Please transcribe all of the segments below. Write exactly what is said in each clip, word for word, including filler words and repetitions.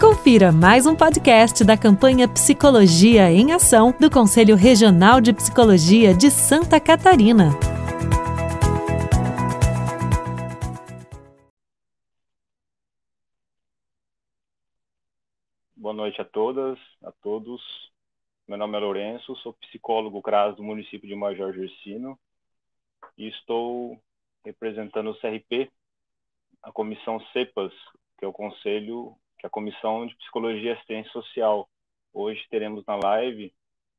Confira mais um podcast da campanha Psicologia em Ação do Conselho Regional de Psicologia de Santa Catarina. Boa noite a todas, a todos. Meu nome é Lourenço, sou psicólogo CRAS do município de Major Gercino e estou representando o C R P, a comissão CEPAS, que é o Conselho, que é a Comissão de Psicologia e Assistência Social. Hoje teremos na live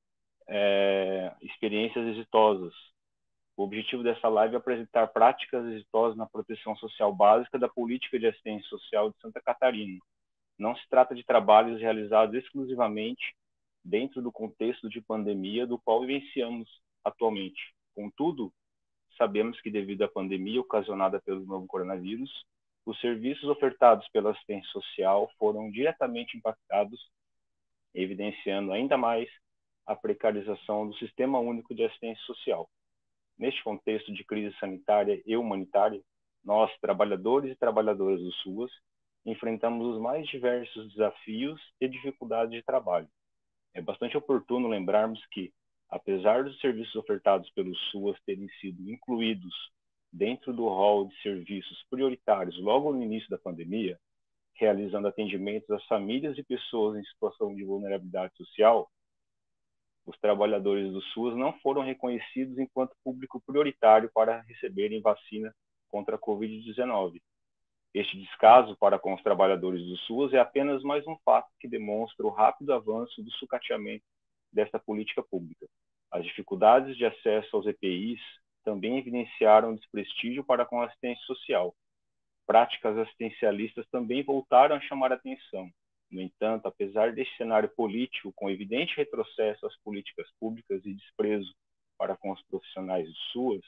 é, experiências exitosas. O objetivo dessa live é apresentar práticas exitosas na proteção social básica da política de assistência social de Santa Catarina. Não se trata de trabalhos realizados exclusivamente dentro do contexto de pandemia do qual vivenciamos atualmente. Contudo, sabemos que devido à pandemia ocasionada pelo novo coronavírus, os serviços ofertados pela assistência social foram diretamente impactados, evidenciando ainda mais a precarização do Sistema Único de Assistência Social. Neste contexto de crise sanitária e humanitária, nós, trabalhadores e trabalhadoras do SUAS, enfrentamos os mais diversos desafios e dificuldades de trabalho. É bastante oportuno lembrarmos que, apesar dos serviços ofertados pelo SUAS terem sido incluídos dentro do rol de serviços prioritários logo no início da pandemia, realizando atendimentos às famílias e pessoas em situação de vulnerabilidade social, os trabalhadores do SUAS não foram reconhecidos enquanto público prioritário para receberem vacina contra a covid dezenove. Este descaso para com os trabalhadores do SUAS é apenas mais um fato que demonstra o rápido avanço do sucateamento desta política pública. As dificuldades de acesso aos E P Is também evidenciaram desprestígio para com a assistência social. Práticas assistencialistas também voltaram a chamar a atenção. No entanto, apesar deste cenário político com evidente retrocesso às políticas públicas e desprezo para com os profissionais do SUAS,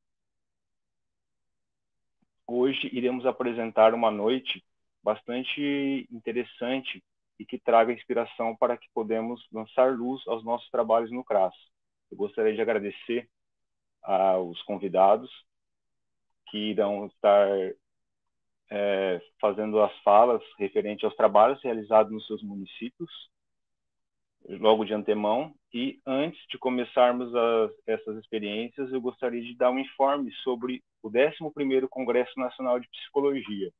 hoje iremos apresentar uma noite bastante interessante e que traga inspiração para que podemos lançar luz aos nossos trabalhos no CRAS. Eu gostaria de agradecer aos convidados que irão estar é, fazendo as falas referentes aos trabalhos realizados nos seus municípios, logo de antemão. E antes de começarmos as, essas experiências, eu gostaria de dar um informe sobre o décimo primeiro Congresso Nacional de Psicologia.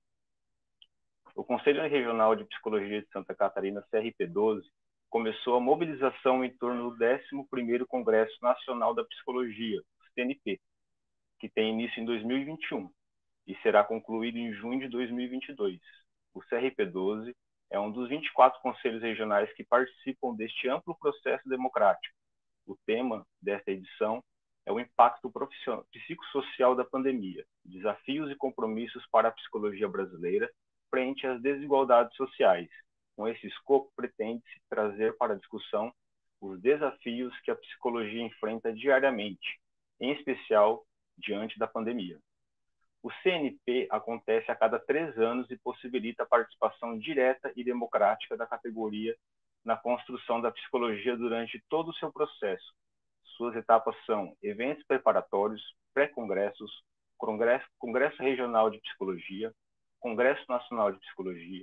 O Conselho Regional de Psicologia de Santa Catarina, C R P doze, começou a mobilização em torno do décimo primeiro Congresso Nacional da Psicologia, C N P, que tem início em dois mil e vinte e um e será concluído em junho de dois mil e vinte e dois. O C R P doze é um dos vinte e quatro conselhos regionais que participam deste amplo processo democrático. O tema desta edição é o impacto psicossocial da pandemia, desafios e compromissos para a psicologia brasileira frente às desigualdades sociais. Com esse escopo, pretende-se trazer para a discussão os desafios que a psicologia enfrenta diariamente, em especial diante da pandemia. O C N P acontece a cada três anos e possibilita a participação direta e democrática da categoria na construção da psicologia durante todo o seu processo. Suas etapas são eventos preparatórios, pré-congressos, congresso, congresso regional de psicologia, congresso nacional de psicologia.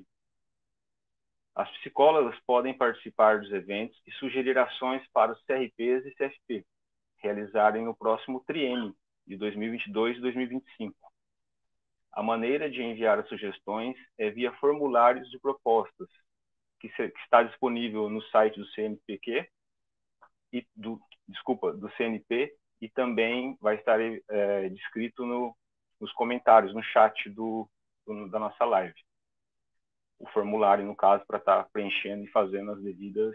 As psicólogas podem participar dos eventos e sugerir ações para os C R Ps e C F P realizarem no próximo triênio de dois mil e vinte e dois e dois mil e vinte e cinco. A maneira de enviar as sugestões é via formulários de propostas, que, se, que está disponível no site do C N P Q e do, desculpa, do C N P, e também vai estar é, descrito no, nos comentários, no chat do, do, da nossa live. O formulário, no caso, para estar preenchendo e fazendo as devidas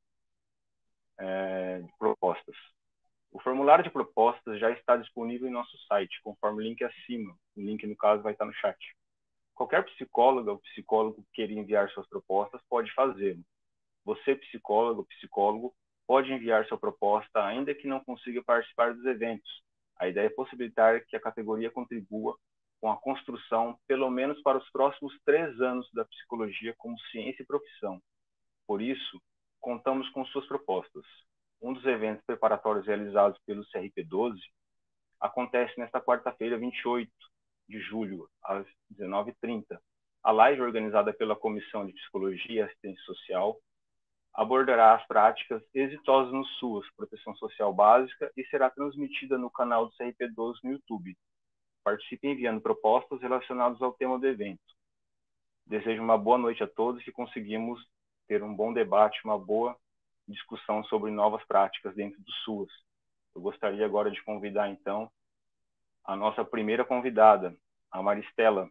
é, propostas. O formulário de propostas já está disponível em nosso site, conforme o link acima. O link, no caso, vai estar no chat. Qualquer psicóloga ou psicólogo que queira enviar suas propostas pode fazê-lo. Você, psicólogo ou psicólogo, pode enviar sua proposta ainda que não consiga participar dos eventos. A ideia é possibilitar que a categoria contribua com a construção, pelo menos para os próximos três anos, da psicologia como ciência e profissão. Por isso, contamos com suas propostas. Um dos eventos preparatórios realizados pelo C R P doze acontece nesta quarta-feira, vinte e oito de julho, às dezenove e trinta, A live, organizada pela Comissão de Psicologia e Assistência Social, abordará as práticas exitosas no SUAS, Proteção Social Básica, e será transmitida no canal do C R P doze no YouTube. Participe enviando propostas relacionadas ao tema do evento. Desejo uma boa noite a todos e que conseguimos ter um bom debate, uma boa discussão sobre novas práticas dentro do SUAS. Eu gostaria agora de convidar, então, a nossa primeira convidada, a Maristela.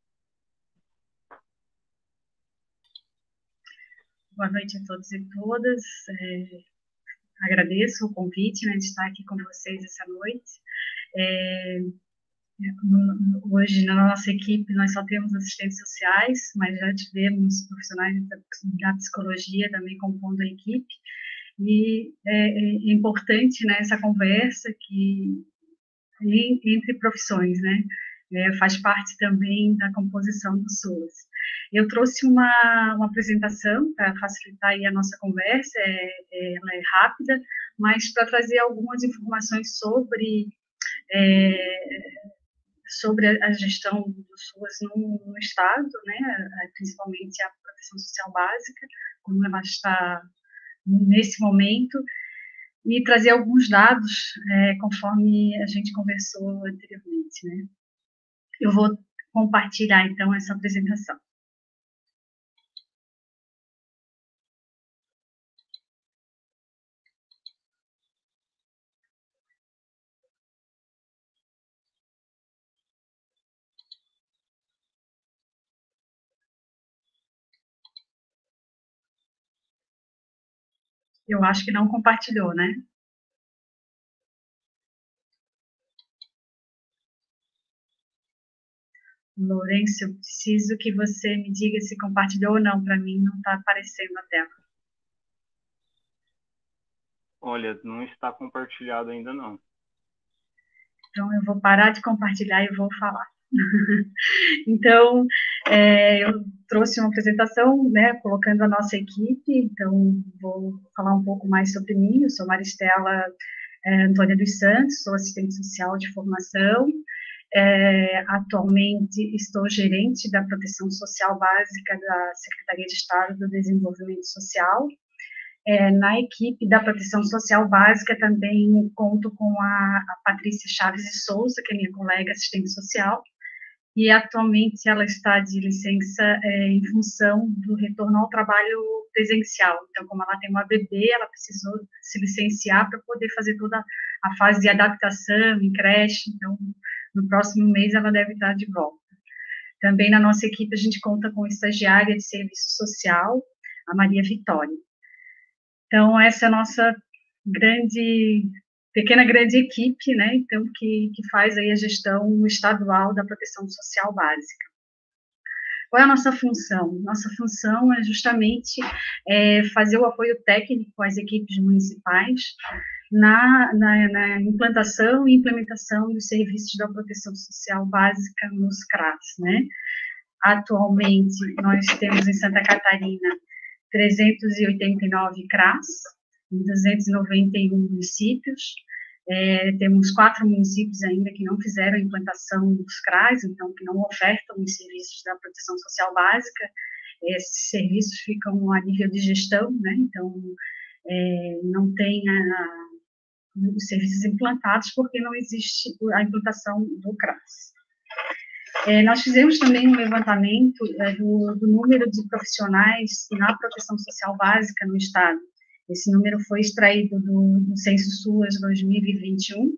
Boa noite a todos e todas. É, agradeço o convite, né, de estar aqui com vocês essa noite. É, no, hoje, na nossa equipe, nós só temos assistentes sociais, mas já tivemos profissionais da, da psicologia também compondo a equipe. E é, é importante, né, essa conversa que, entre profissões, né? É, faz parte também da composição do SUAS. Eu trouxe uma, uma apresentação para facilitar aí a nossa conversa, é, é, ela é rápida, mas para trazer algumas informações sobre, é, sobre a, a gestão do SUAS no, no Estado, né, principalmente a proteção social básica, como ela está nesse momento, e trazer alguns dados, é, conforme a gente conversou anteriormente, né. Eu vou compartilhar, então, essa apresentação. Eu acho que não compartilhou, né? Lourenço, eu preciso que você me diga se compartilhou ou não. Para mim, não está aparecendo na tela. Olha, não está compartilhado ainda, não. Então, eu vou parar de compartilhar e vou falar. Então, é, eu trouxe uma apresentação, né, colocando a nossa equipe. Então, vou falar um pouco mais sobre mim. Eu sou Maristela é, Antônia dos Santos, sou assistente social de formação. É, atualmente estou gerente da Proteção Social Básica da Secretaria de Estado do Desenvolvimento Social. É, na equipe da Proteção Social Básica também conto com a, a Patrícia Chaves de Souza, que é minha colega assistente social, e atualmente ela está de licença é, em função do retorno ao trabalho presencial. Então, como ela tem uma bebê, ela precisou se licenciar para poder fazer toda a fase de adaptação em creche. Então, no próximo mês ela deve estar de volta. Também na nossa equipe a gente conta com a estagiária de serviço social, a Maria Vitória. Então, essa é a nossa grande, pequena grande equipe, né, então, que, que faz aí a gestão estadual da proteção social básica. Qual é a nossa função? Nossa função é justamente é, fazer o apoio técnico às equipes municipais na, na, na implantação e implementação dos serviços da proteção social básica nos C R A S, né? Atualmente, nós temos em Santa Catarina trezentos e oitenta e nove C R A S, em duzentos e noventa e um municípios. É, temos quatro municípios ainda que não fizeram a implantação dos C R A S, então, que não ofertam os serviços da proteção social básica. Esses serviços ficam a nível de gestão, né? Então, é, não tem a, os serviços implantados porque não existe a implantação do C R A S. É, nós fizemos também um levantamento é, do, do número de profissionais na proteção social básica no Estado. Esse número foi extraído do, do Censo SUAS dois mil e vinte e um,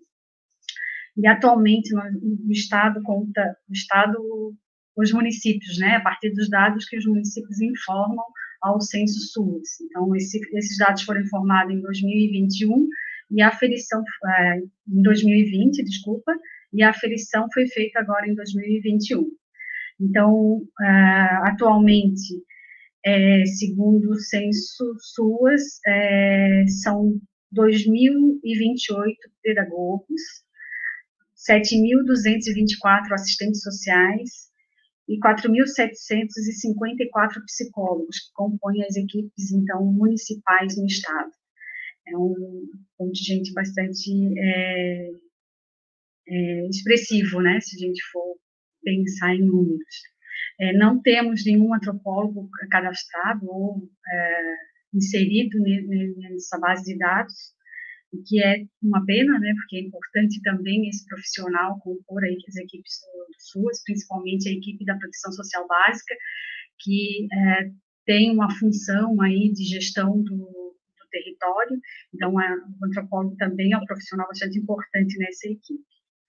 e atualmente no, o Estado conta, o Estado, os municípios, né, a partir dos dados que os municípios informam ao Censo SUAS. Então, esse, esses dados foram informados em dois mil e vinte e um, e a aferição, é, em dois mil e vinte, desculpa, e a aferição foi feita agora em dois mil e vinte e um. Então, uh, atualmente, é, segundo o Censo SUAS, é, são dois mil e vinte e oito pedagogos, sete mil duzentos e vinte e quatro assistentes sociais e quatro mil setecentos e cinquenta e quatro psicólogos que compõem as equipes, então, municipais no Estado. É um contingente bastante é, é, expressivo, né, se a gente for pensar em números. É, não temos nenhum antropólogo cadastrado ou é, inserido nessa base de dados, o que é uma pena, né, porque é importante também esse profissional compor aí as equipes do SUAS, principalmente a equipe da proteção social básica, que é, tem uma função aí de gestão do, do território, então a, o antropólogo também é um profissional bastante importante nessa equipe.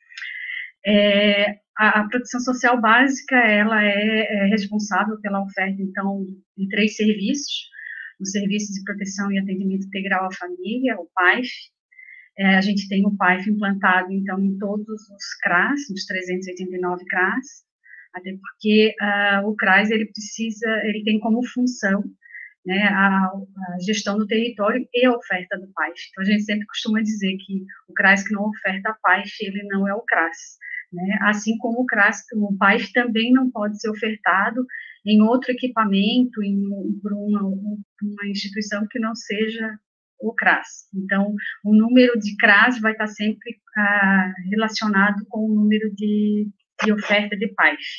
É, a, a proteção social básica, ela é, é responsável pela oferta, então, de três serviços: o Serviço de Proteção e Atendimento Integral à Família, o P A I F. É, a gente tem o P A I F implantado, então, em todos os C R A S, nos trezentos e oitenta e nove C R A S, até porque uh, o C R A S, ele precisa, ele tem como função, né, a, a gestão do território e a oferta do P A I F. Então, a gente sempre costuma dizer que o C R A S que não oferta a P A I F, ele não é o C R A S. Né? Assim como o C R A S, o P A I F também não pode ser ofertado em outro equipamento, em, por uma, uma instituição que não seja o C R A S. Então, o número de C R A S vai estar sempre ah, relacionado com o número de, de oferta de P A I F.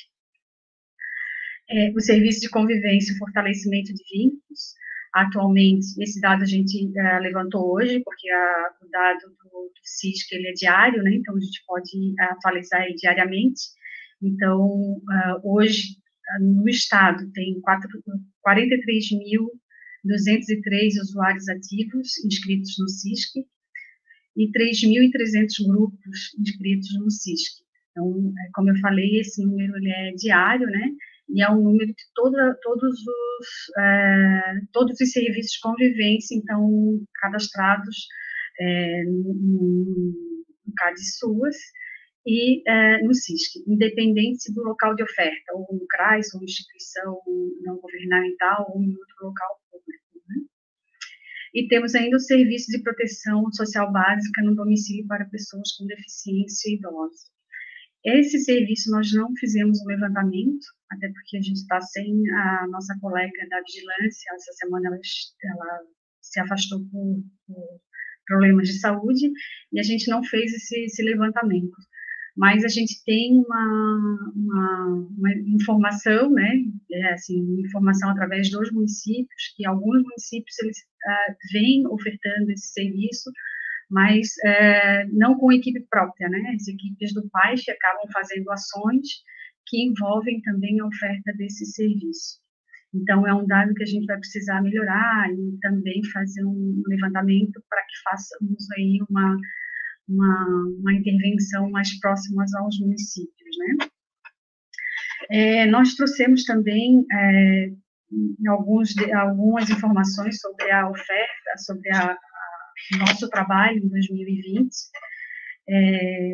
É, o Serviço de Convivência e Fortalecimento de Vínculos, atualmente, esse dado a gente uh, levantou hoje, porque a, o dado do, do C I S C, ele é diário, né, então a gente pode uh, atualizar ele diariamente. Então, uh, hoje, uh, no estado, tem quarenta e três mil duzentos e três usuários ativos inscritos no C I S C e três mil e trezentos grupos inscritos no C I S C. Então, como eu falei, esse número ele é diário, né, e é um número de toda, todos, os, é, todos os serviços de convivência, então, cadastrados é, no, no C A D SUAS e é, no C I S C, independente do local de oferta, ou no C R A S, ou instituição não governamental, ou em outro local público. Né? E temos ainda o Serviço de Proteção Social Básica no domicílio para pessoas com deficiência e idosos. Esse serviço nós não fizemos um levantamento, até porque a gente está sem a nossa colega da vigilância, essa semana ela, ela se afastou por, por problemas de saúde, e a gente não fez esse, esse levantamento. Mas a gente tem uma, uma, uma informação, né, é, assim, informação através dos municípios, que alguns municípios eles uh, vêm ofertando esse serviço, mas é, não com equipe própria, né? As equipes do P A I F acabam fazendo ações que envolvem também a oferta desse serviço. Então, é um dado que a gente vai precisar melhorar e também fazer um levantamento para que façamos aí uma, uma, uma intervenção mais próxima aos municípios, né? É, nós trouxemos também é, alguns, algumas informações sobre a oferta, sobre a nosso trabalho em dois mil e vinte, é,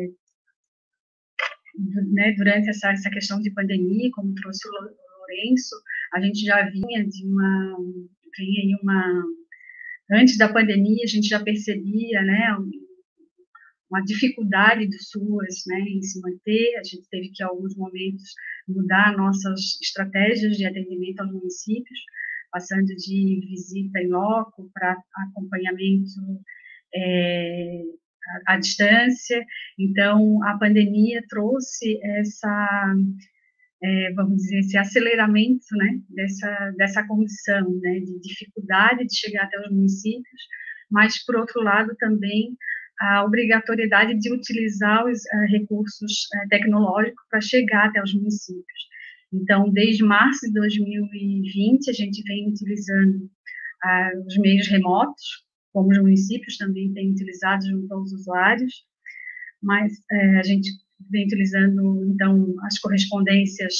né, durante essa, essa questão de pandemia, como trouxe o Lourenço, a gente já vinha de uma, vinha aí uma, antes da pandemia, a gente já percebia, né, uma dificuldade do SUAS, né, em se manter. A gente teve que, em alguns momentos, mudar nossas estratégias de atendimento aos municípios, passando de visita em loco para acompanhamento é, à, à distância. Então, a pandemia trouxe essa, é, vamos dizer, esse aceleramento, né, dessa, dessa condição, né, de dificuldade de chegar até os municípios, mas, por outro lado, também a obrigatoriedade de utilizar os uh, recursos uh, tecnológicos para chegar até os municípios. Então, desde março de dois mil e vinte, a gente vem utilizando uh, os meios remotos, como os municípios também têm utilizado junto aos usuários, mas uh, a gente vem utilizando, então, as correspondências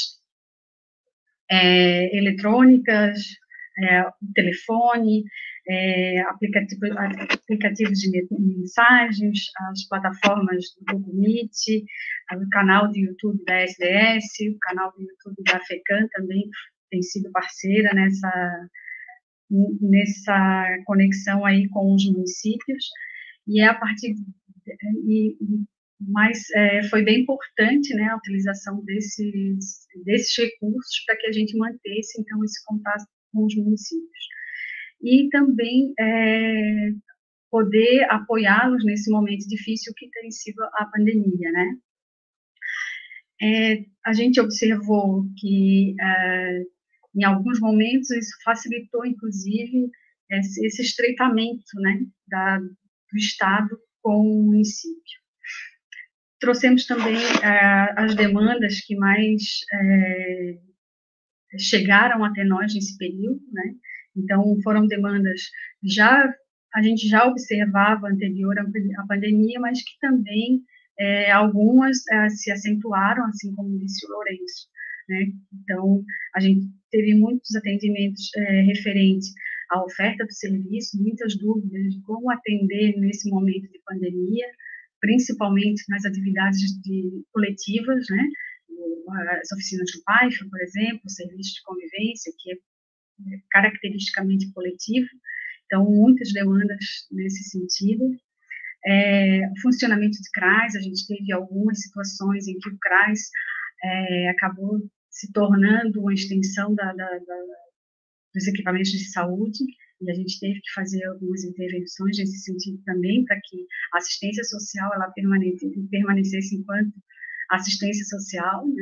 uh, eletrônicas, uh, o telefone, É, aplicativo, aplicativos de mensagens, as plataformas do Google Meet, o canal do YouTube da S D S, o canal do YouTube da FECAM também tem sido parceira nessa, nessa conexão aí com os municípios, e é a partir, de, e, mas é, foi bem importante, né, a utilização desses, desses recursos para que a gente mantesse, então, esse contato com os municípios. E também é, poder apoiá-los nesse momento difícil que tem sido a pandemia, né? É, a gente observou que, é, em alguns momentos, isso facilitou, inclusive, esse, esse estreitamento, né, da, do Estado com o município. Trouxemos também é, as demandas que mais é, chegaram até nós nesse período, né? Então, foram demandas já a gente já observava anterior à pandemia, mas que também é, algumas é, se acentuaram, assim como disse o Lourenço, né? Então, a gente teve muitos atendimentos é, referentes à oferta do serviço, muitas dúvidas de como atender nesse momento de pandemia, principalmente nas atividades de coletivas, né? As oficinas do PAIFA, por exemplo, o serviço de convivência, que é caracteristicamente coletivo, então, muitas demandas nesse sentido. É, o funcionamento de CRAS, a gente teve algumas situações em que o CRAS é, acabou se tornando uma extensão da, da, da, dos equipamentos de saúde, e a gente teve que fazer algumas intervenções nesse sentido também, para que a assistência social ela permanecesse, permanecesse enquanto assistência social, né?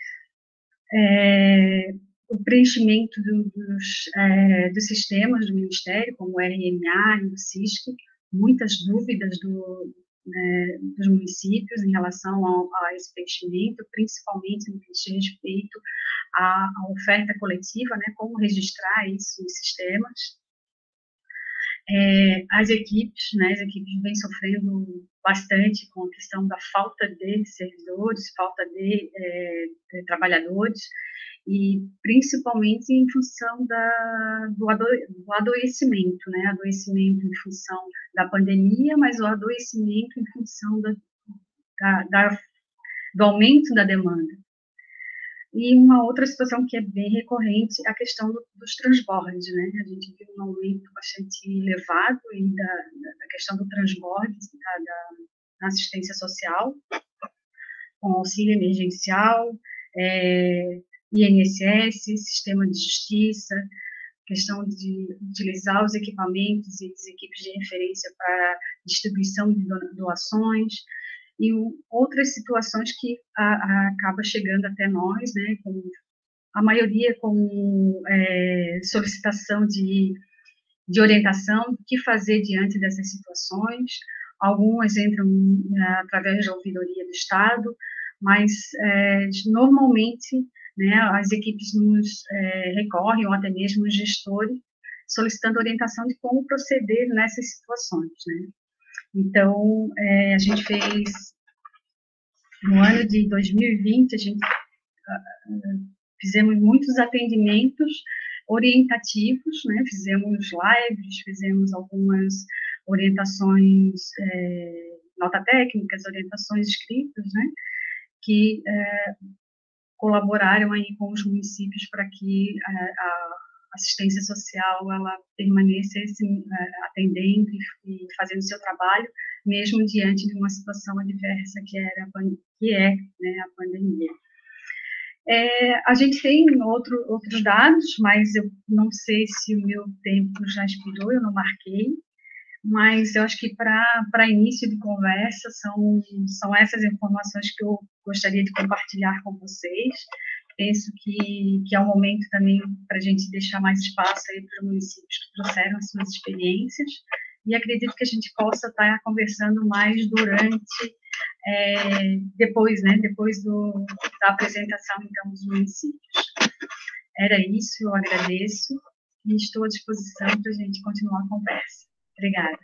É, o preenchimento do, dos, é, dos sistemas do Ministério, como o R M A e o SISC, muitas dúvidas do, né, dos municípios em relação ao, a esse preenchimento, principalmente no que diz respeito à, à oferta coletiva, né, como registrar isso nos sistemas. É, as equipes, né, as equipes vêm sofrendo bastante com a questão da falta de servidores, falta de, é, de trabalhadores, e principalmente em função da, do, ado, do adoecimento, né, adoecimento em função da pandemia, mas o adoecimento em função da, da, da, do aumento da demanda. E uma outra situação que é bem recorrente é a questão do, dos transbordes, né? A gente viu um aumento bastante elevado e da, da questão do transborde da, da, da assistência social, com auxílio emergencial, é, I N S S, sistema de justiça, questão de utilizar os equipamentos e as equipes de referência para distribuição de doações, e outras situações que a, a, acaba chegando até nós, né, com a maioria com é, solicitação de, de orientação, do que fazer diante dessas situações. Algumas entram é, através da ouvidoria do Estado, mas é, normalmente, né, as equipes nos é, recorrem, ou até mesmo os gestores, solicitando orientação de como proceder nessas situações, né. Então, é, a gente fez, no ano de dois mil e vinte, a gente uh, fizemos muitos atendimentos orientativos, né? Fizemos lives, fizemos algumas orientações, é, nota técnicas, orientações escritas, né? Que é, colaboraram aí com os municípios para que a, a assistência social ela permanecesse é, atendendo e, e fazendo seu trabalho, mesmo diante de uma situação adversa que, era, que é né, a pandemia. É, a gente tem outro, outros dados, mas eu não sei se o meu tempo já expirou, eu não marquei, mas eu acho que para início de conversa são, são essas informações que eu gostaria de compartilhar com vocês. Penso que, que é um momento também para a gente deixar mais espaço aí para os municípios que trouxeram as suas experiências, e acredito que a gente possa estar conversando mais durante, é, depois, né, depois do, da apresentação, então, dos municípios. Era isso, eu agradeço, e estou à disposição para a gente continuar a conversa. Obrigada.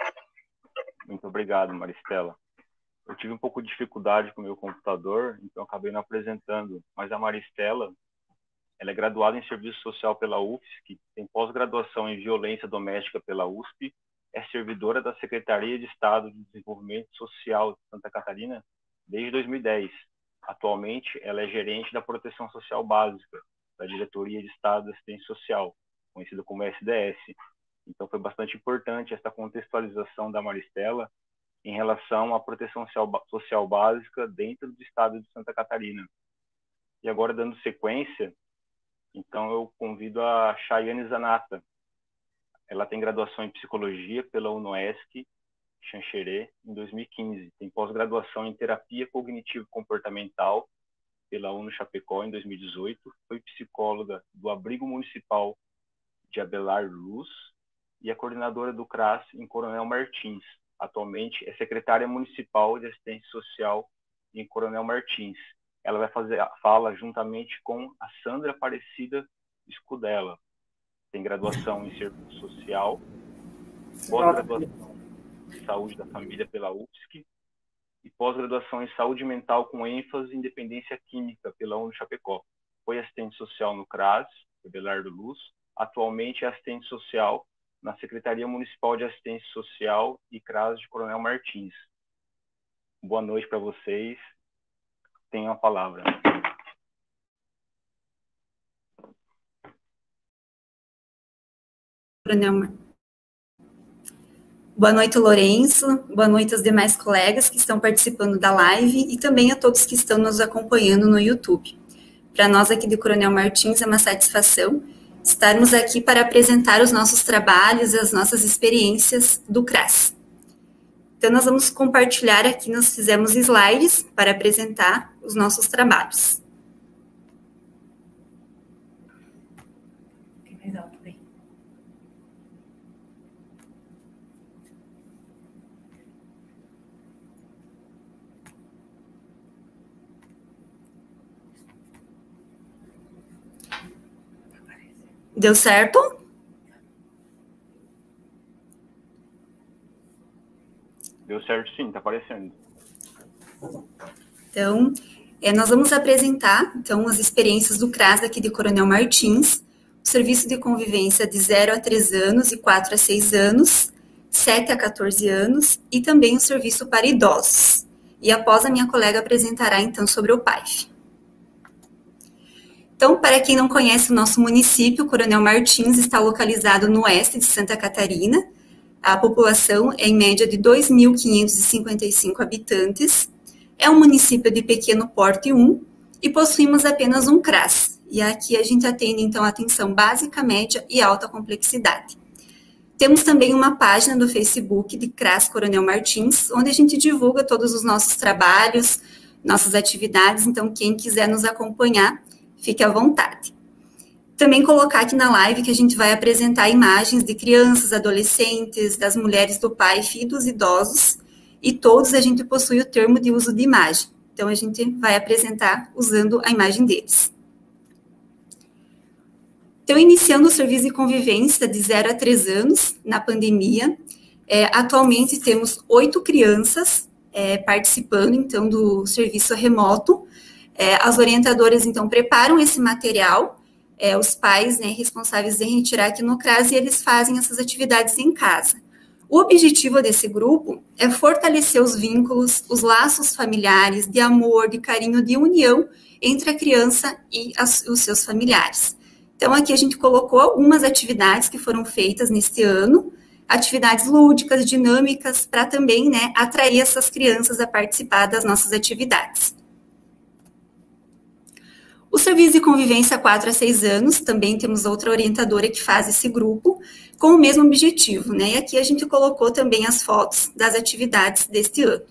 Muito obrigado, Maristela. Eu tive um pouco de dificuldade com o meu computador, então acabei não apresentando, mas a Maristela, ela é graduada em Serviço Social pela U F S C, tem pós-graduação em Violência Doméstica pela U S P, é servidora da Secretaria de Estado de Desenvolvimento Social de Santa Catarina desde dois mil e dez. Atualmente, ela é gerente da Proteção Social Básica, da Diretoria de Estado de Assistência Social, conhecida como S D S. Então, foi bastante importante essa contextualização da Maristela em relação à proteção social básica dentro do estado de Santa Catarina. E agora, dando sequência, então eu convido a Chayane Zanata. Ela tem graduação em Psicologia pela UNOESC, Xanxerê, em dois mil e quinze. Tem pós-graduação em Terapia Cognitivo-Comportamental pela ONU Chapecó em dois mil e dezoito, foi psicóloga do Abrigo Municipal de Abelardo Luz e é coordenadora do CRAS em Coronel Martins. Atualmente é secretária municipal de assistência social em Coronel Martins. Ela vai fazer a fala juntamente com a Sandra Aparecida Scudella. Tem graduação em serviço social, pós-graduação em saúde da família pela U F S C e pós-graduação em saúde mental com ênfase em dependência química pela ONU Chapecó. Foi assistente social no CRAS, Abelardo Luz. Atualmente é assistente social na Secretaria Municipal de Assistência Social e CRAS de Coronel Martins. Boa noite para vocês. Tenham a palavra. Boa noite, Lourenço. Boa noite aos demais colegas que estão participando da live e também a todos que estão nos acompanhando no YouTube. Para nós aqui de Coronel Martins é uma satisfação estarmos aqui para apresentar os nossos trabalhos e as nossas experiências do CRAS. Então, nós vamos compartilhar aqui, nós fizemos slides para apresentar os nossos trabalhos. Mais alto, bem. Deu certo? Deu certo sim, está aparecendo. Então, é, nós vamos apresentar, então, as experiências do CRAS aqui de Coronel Martins, o serviço de convivência de zero a três anos e quatro a seis anos, sete a quatorze anos, e também o serviço para idosos. E após a minha colega apresentará, então, sobre o P A I F. Então, para quem não conhece o nosso município, Coronel Martins está localizado no oeste de Santa Catarina. A população é em média de dois mil quinhentos e cinquenta e cinco habitantes. É um município de pequeno porte um e possuímos apenas um CRAS. E aqui a gente atende, então, atenção básica, média e alta complexidade. Temos também uma página do Facebook de CRAS Coronel Martins, onde a gente divulga todos os nossos trabalhos, nossas atividades. Então, quem quiser nos acompanhar, fique à vontade. Também colocar aqui na live que a gente vai apresentar imagens de crianças, adolescentes, das mulheres do P A I F e dos idosos, e todos a gente possui o termo de uso de imagem. Então, a gente vai apresentar usando a imagem deles. Então, iniciando o serviço de convivência de zero a três anos, na pandemia, é, atualmente temos oito crianças é, participando, então, do serviço remoto. É, as orientadoras, então, preparam esse material, é, os pais, né, responsáveis em retirar aqui no CRAS, e eles fazem essas atividades em casa. O objetivo desse grupo é fortalecer os vínculos, os laços familiares de amor, de carinho, de união entre a criança e as, os seus familiares. Então, aqui a gente colocou algumas atividades que foram feitas neste ano, atividades lúdicas, dinâmicas, para também, né, atrair essas crianças a participar das nossas atividades. O serviço de convivência quatro a seis anos, também temos outra orientadora que faz esse grupo, com o mesmo objetivo, né? E aqui a gente colocou também as fotos das atividades deste ano.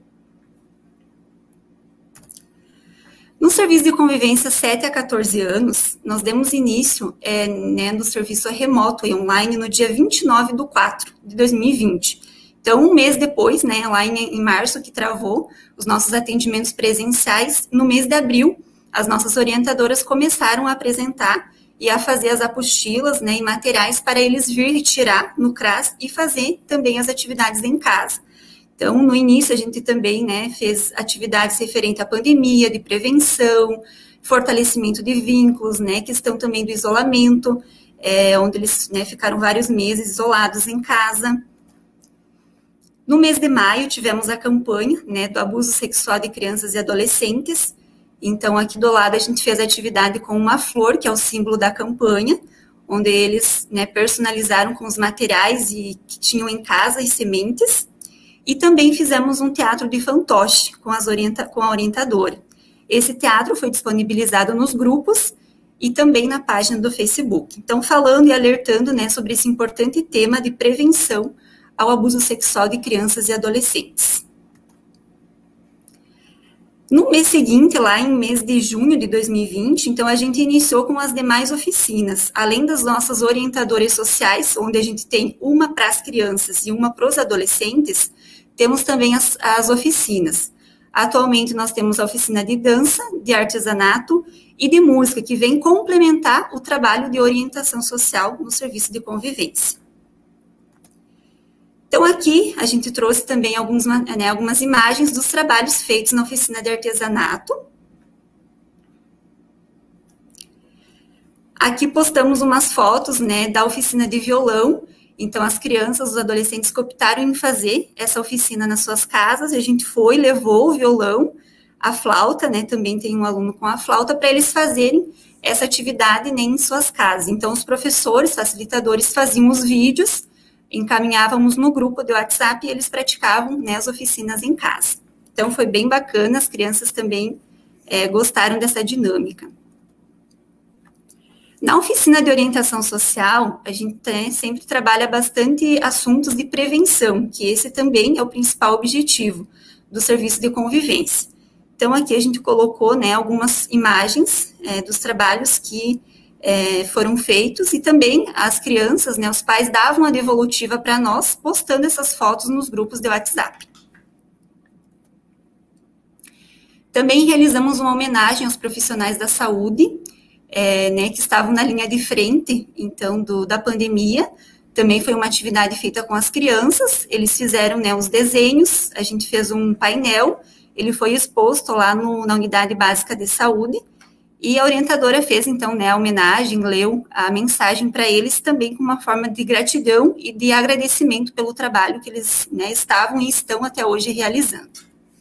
No serviço de convivência sete a quatorze anos, nós demos início é, né, no serviço remoto e online no dia vinte e nove de quatro de dois mil e vinte. Então, um mês depois, né, lá em, em março, que travou os nossos atendimentos presenciais, no mês de abril, as nossas orientadoras começaram a apresentar e a fazer as apostilas, né, e materiais para eles vir retirar no CRAS e fazer também as atividades em casa. Então, no início, a gente também, né, fez atividades referentes à pandemia, de prevenção, fortalecimento de vínculos, né, questão também do isolamento, é, onde eles, né, ficaram vários meses isolados em casa. No mês de maio, tivemos a campanha, né, do abuso sexual de crianças e adolescentes. Então, aqui do lado, a gente fez a atividade com uma flor, que é o símbolo da campanha, onde eles, né, personalizaram com os materiais e, que tinham em casa e sementes. E também fizemos um teatro de fantoche com, as orienta, com a orientadora. Esse teatro foi disponibilizado nos grupos e também na página do Facebook. Então, falando e alertando, né, sobre esse importante tema de prevenção ao abuso sexual de crianças e adolescentes. No mês seguinte, lá em mês de junho de dois mil e vinte, então a gente iniciou com as demais oficinas, além das nossas orientadoras sociais, onde a gente tem uma para as crianças e uma para os adolescentes, temos também as, as oficinas. Atualmente nós temos a oficina de dança, de artesanato e de música, que vem complementar o trabalho de orientação social no serviço de convivência. Então, aqui a gente trouxe também alguns, né, algumas imagens dos trabalhos feitos na oficina de artesanato. Aqui postamos umas fotos, né, da oficina de violão. Então, as crianças, os adolescentes que optaram em fazer essa oficina nas suas casas, a gente foi, levou o violão, a flauta, né, também tem um aluno com a flauta, para eles fazerem essa atividade, né, em suas casas. Então, os professores, facilitadores, faziam os vídeos, encaminhávamos no grupo do WhatsApp e eles praticavam, né, as oficinas em casa. Então, foi bem bacana, as crianças também é, gostaram dessa dinâmica. Na oficina de orientação social, a gente né, sempre trabalha bastante assuntos de prevenção, que esse também é o principal objetivo do serviço de convivência. Então, aqui a gente colocou né, algumas imagens é, dos trabalhos que É, foram feitos, e também as crianças, né, os pais davam a devolutiva para nós, postando essas fotos nos grupos de WhatsApp. Também realizamos uma homenagem aos profissionais da saúde, é, né, que estavam na linha de frente, então, do, da pandemia. Também foi uma atividade feita com as crianças, eles fizeram né, os desenhos, a gente fez um painel, ele foi exposto lá no, na unidade básica de saúde, e a orientadora fez, então, né, a homenagem, leu a mensagem para eles também com uma forma de gratidão e de agradecimento pelo trabalho que eles né, estavam e estão até hoje realizando.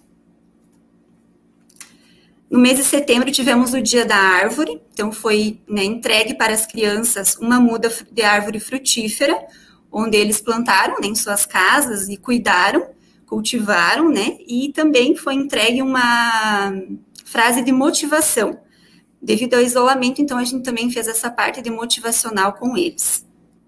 No mês de setembro, tivemos o Dia da Árvore, então foi né, entregue para as crianças uma muda de árvore frutífera, onde eles plantaram né, em suas casas e cuidaram, cultivaram, né, e também foi entregue uma frase de motivação. Devido ao isolamento, então, a gente também fez essa parte de motivacional com eles.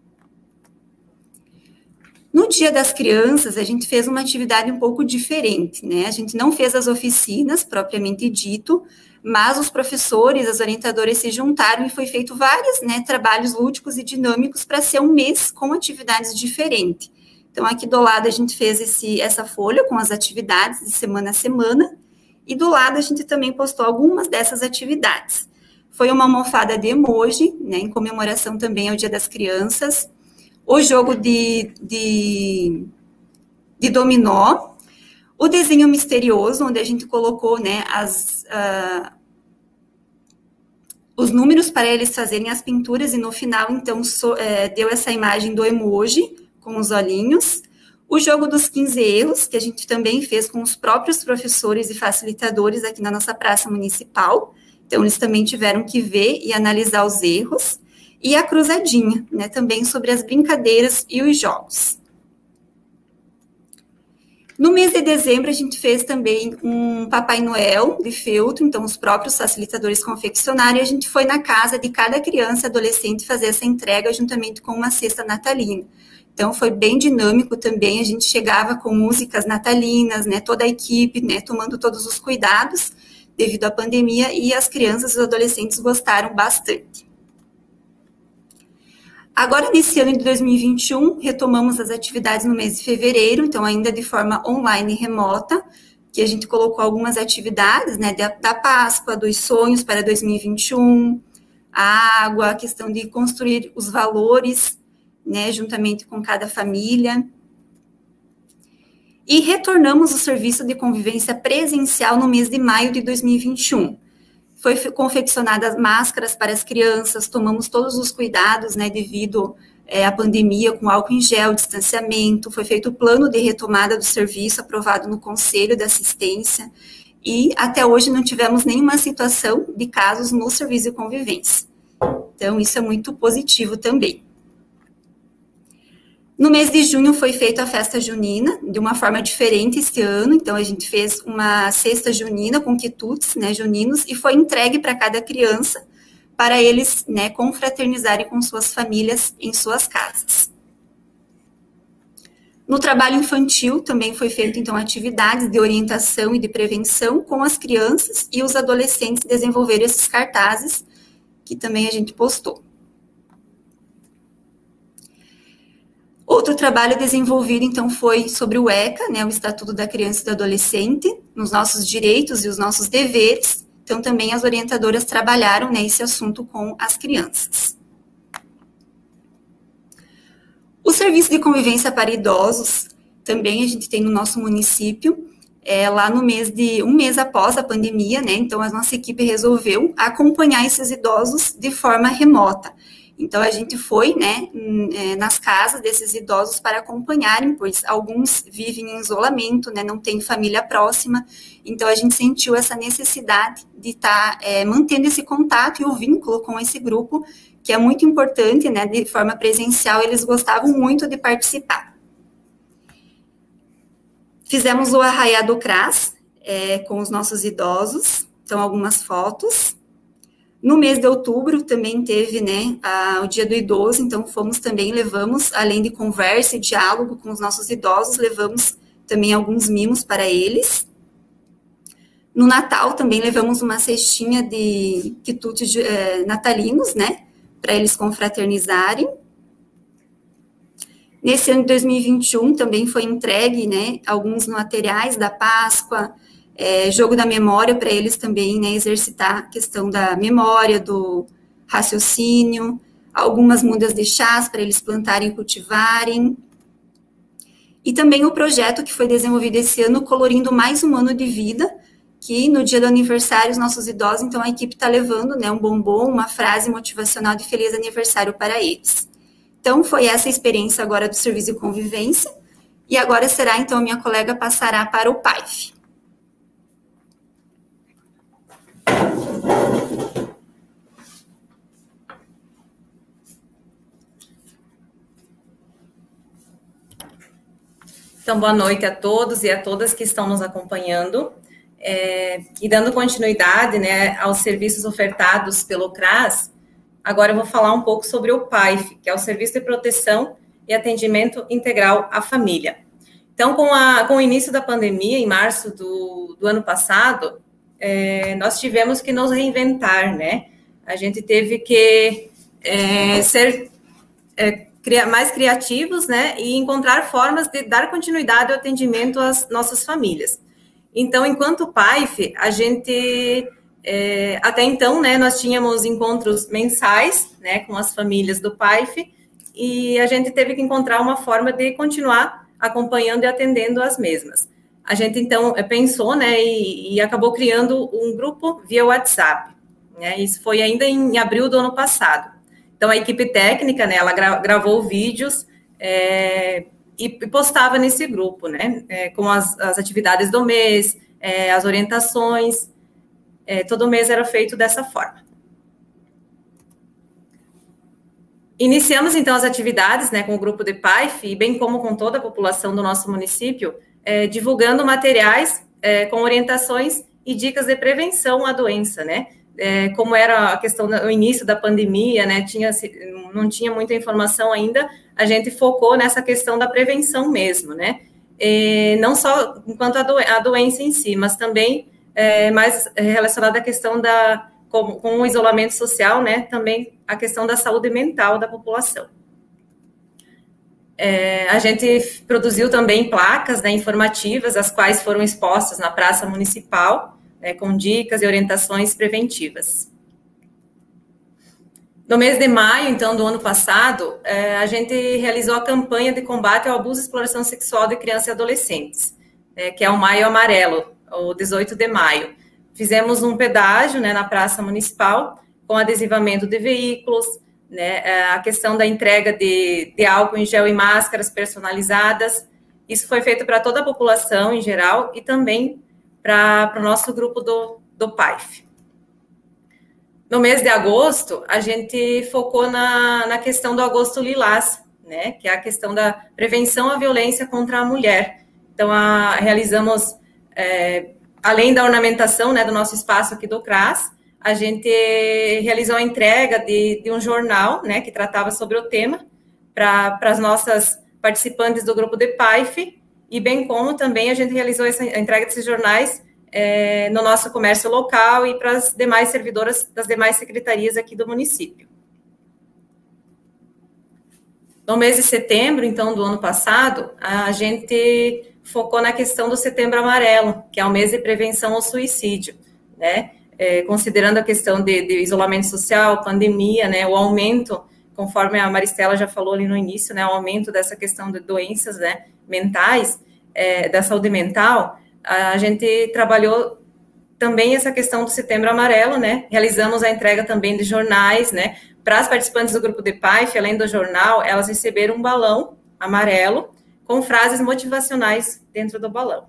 No Dia das Crianças, a gente fez uma atividade um pouco diferente, né? A gente não fez as oficinas, propriamente dito, mas os professores, as orientadoras se juntaram e foi feito vários né, trabalhos lúdicos e dinâmicos para ser um mês com atividades diferentes. Então, aqui do lado, a gente fez esse, essa folha com as atividades de semana a semana, e do lado a gente também postou algumas dessas atividades. Foi uma almofada de emoji, né, em comemoração também ao Dia das Crianças, o jogo de, de, de dominó, o desenho misterioso, onde a gente colocou né, as, uh, os números para eles fazerem as pinturas, e no final, então, so, é, deu essa imagem do emoji com os olhinhos. O jogo dos quinze erros, que a gente também fez com os próprios professores e facilitadores aqui na nossa praça municipal. Então, eles também tiveram que ver e analisar os erros. E a cruzadinha, né, também sobre as brincadeiras e os jogos. No mês de dezembro, a gente fez também um Papai Noel de feltro, então os próprios facilitadores confeccionaram, e a gente foi na casa de cada criança e adolescente fazer essa entrega juntamente com uma cesta natalina. Então, foi bem dinâmico também, a gente chegava com músicas natalinas, né, toda a equipe, né, tomando todos os cuidados devido à pandemia, e as crianças e os adolescentes gostaram bastante. Agora, nesse ano de dois mil e vinte e um, retomamos as atividades no mês de fevereiro, então ainda de forma online e remota, que a gente colocou algumas atividades, né, da, da Páscoa, dos sonhos para dois mil e vinte e um, a água, a questão de construir os valores, né, juntamente com cada família. E retornamos o serviço de convivência presencial no mês de maio de dois mil e vinte e um. Foi confeccionadas máscaras para as crianças, tomamos todos os cuidados, né, devido é, à pandemia, com álcool em gel, distanciamento, foi feito o plano de retomada do serviço, aprovado no Conselho de Assistência, e até hoje não tivemos nenhuma situação de casos no serviço de convivência. Então, isso é muito positivo também. No mês de junho foi feita a festa junina, de uma forma diferente este ano, então a gente fez uma cesta junina com quitutes, né, juninos, e foi entregue para cada criança, para eles, né, confraternizarem com suas famílias em suas casas. No trabalho infantil também foi feito, então, atividades de orientação e de prevenção com as crianças e os adolescentes desenvolveram esses cartazes, que também a gente postou. Outro trabalho desenvolvido, então, foi sobre o ECA, né, o Estatuto da Criança e do Adolescente, nos nossos direitos e os nossos deveres. Então, também as orientadoras trabalharam nesse assunto com as crianças. O serviço de convivência para idosos, também a gente tem no nosso município, é, lá no mês de, um mês após a pandemia, né, então a nossa equipe resolveu acompanhar esses idosos de forma remota. Então, a gente foi, né, nas casas desses idosos para acompanharem, pois alguns vivem em isolamento, né, não tem família próxima, então a gente sentiu essa necessidade de estar é, mantendo esse contato e o vínculo com esse grupo, que é muito importante, né, de forma presencial, eles gostavam muito de participar. Fizemos o Arraiá do CRAS é, com os nossos idosos, então algumas fotos. No mês de outubro também teve, né, a, o Dia do Idoso, então fomos também, levamos, além de conversa e diálogo com os nossos idosos, levamos também alguns mimos para eles. No Natal também levamos uma cestinha de quitutes eh, natalinos, né, para eles confraternizarem. Nesse ano de dois mil e vinte e um também foi entregue, né, alguns materiais da Páscoa, É, jogo da memória para eles também, né, exercitar a questão da memória, do raciocínio, algumas mudas de chás para eles plantarem e cultivarem. E também o projeto que foi desenvolvido esse ano, Colorindo Mais um Ano de Vida, que no dia do aniversário, os nossos idosos, então a equipe está levando, né, um bombom, uma frase motivacional de feliz aniversário para eles. Então, foi essa a experiência agora do Serviço de Convivência, e agora será, então, a minha colega passará para o P A I F. Então, boa noite a todos e a todas que estão nos acompanhando. É, e dando continuidade, né, aos serviços ofertados pelo CRAS, agora eu vou falar um pouco sobre o P A I F, que é o Serviço de Proteção e Atendimento Integral à Família. Então, com, a, com o início da pandemia, em março do, do ano passado, é, nós tivemos que nos reinventar, né? A gente teve que é, ser é, cria, mais criativos, né? E encontrar formas de dar continuidade ao atendimento às nossas famílias. Então, enquanto P A I F, a gente, é, até então, né, nós tínhamos encontros mensais, né, com as famílias do P A I F, e a gente teve que encontrar uma forma de continuar acompanhando e atendendo as mesmas. A gente, então, pensou, né, e, e acabou criando um grupo via WhatsApp, né, isso foi ainda em abril do ano passado. Então, a equipe técnica, né, ela gra- gravou vídeos, é, e postava nesse grupo, né, é, com as, as atividades do mês, é, as orientações, é, todo mês era feito dessa forma. Iniciamos, então, as atividades, né, com o grupo de P A I F, e bem como com toda a população do nosso município, é, divulgando materiais é, com orientações e dicas de prevenção à doença, né, é, como era a questão do início da pandemia, né, tinha, não tinha muita informação ainda, a gente focou nessa questão da prevenção mesmo, né? E não só enquanto a, do, a doença em si, mas também é, mais relacionada à questão da, com, com o isolamento social, né? Também a questão da saúde mental da população. É, a gente produziu também placas, né, informativas, as quais foram expostas na Praça Municipal, né, com dicas e orientações preventivas. No mês de maio, então, do ano passado, a gente realizou a campanha de combate ao abuso e exploração sexual de crianças e adolescentes, que é o Maio Amarelo, o dezoito de maio. Fizemos um pedágio, né, na Praça Municipal, com adesivamento de veículos, né, a questão da entrega de, de álcool em gel e máscaras personalizadas. Isso foi feito para toda a população em geral e também para o nosso grupo do, do P A I F. No mês de agosto, a gente focou na, na questão do Agosto Lilás, né, que é a questão da prevenção à violência contra a mulher. Então, a, realizamos, é, além da ornamentação, né, do nosso espaço aqui do CRAS, a gente realizou a entrega de, de um jornal, né, que tratava sobre o tema, para as nossas participantes do grupo de P A I F, e bem como também a gente realizou essa a entrega desses jornais é, no nosso comércio local e para as demais servidoras das demais secretarias aqui do município. No mês de setembro, então, do ano passado, a gente focou na questão do Setembro Amarelo, que é o mês de prevenção ao suicídio, né? É, considerando a questão de, de isolamento social, pandemia, né? O aumento, conforme a Maristela já falou ali no início, né? O aumento dessa questão de doenças, né? mentais, é, da saúde mental, a gente trabalhou também essa questão do Setembro Amarelo, né? Realizamos a entrega também de jornais, né? Para as participantes do grupo de P A I F, além do jornal, elas receberam um balão amarelo com frases motivacionais dentro do balão.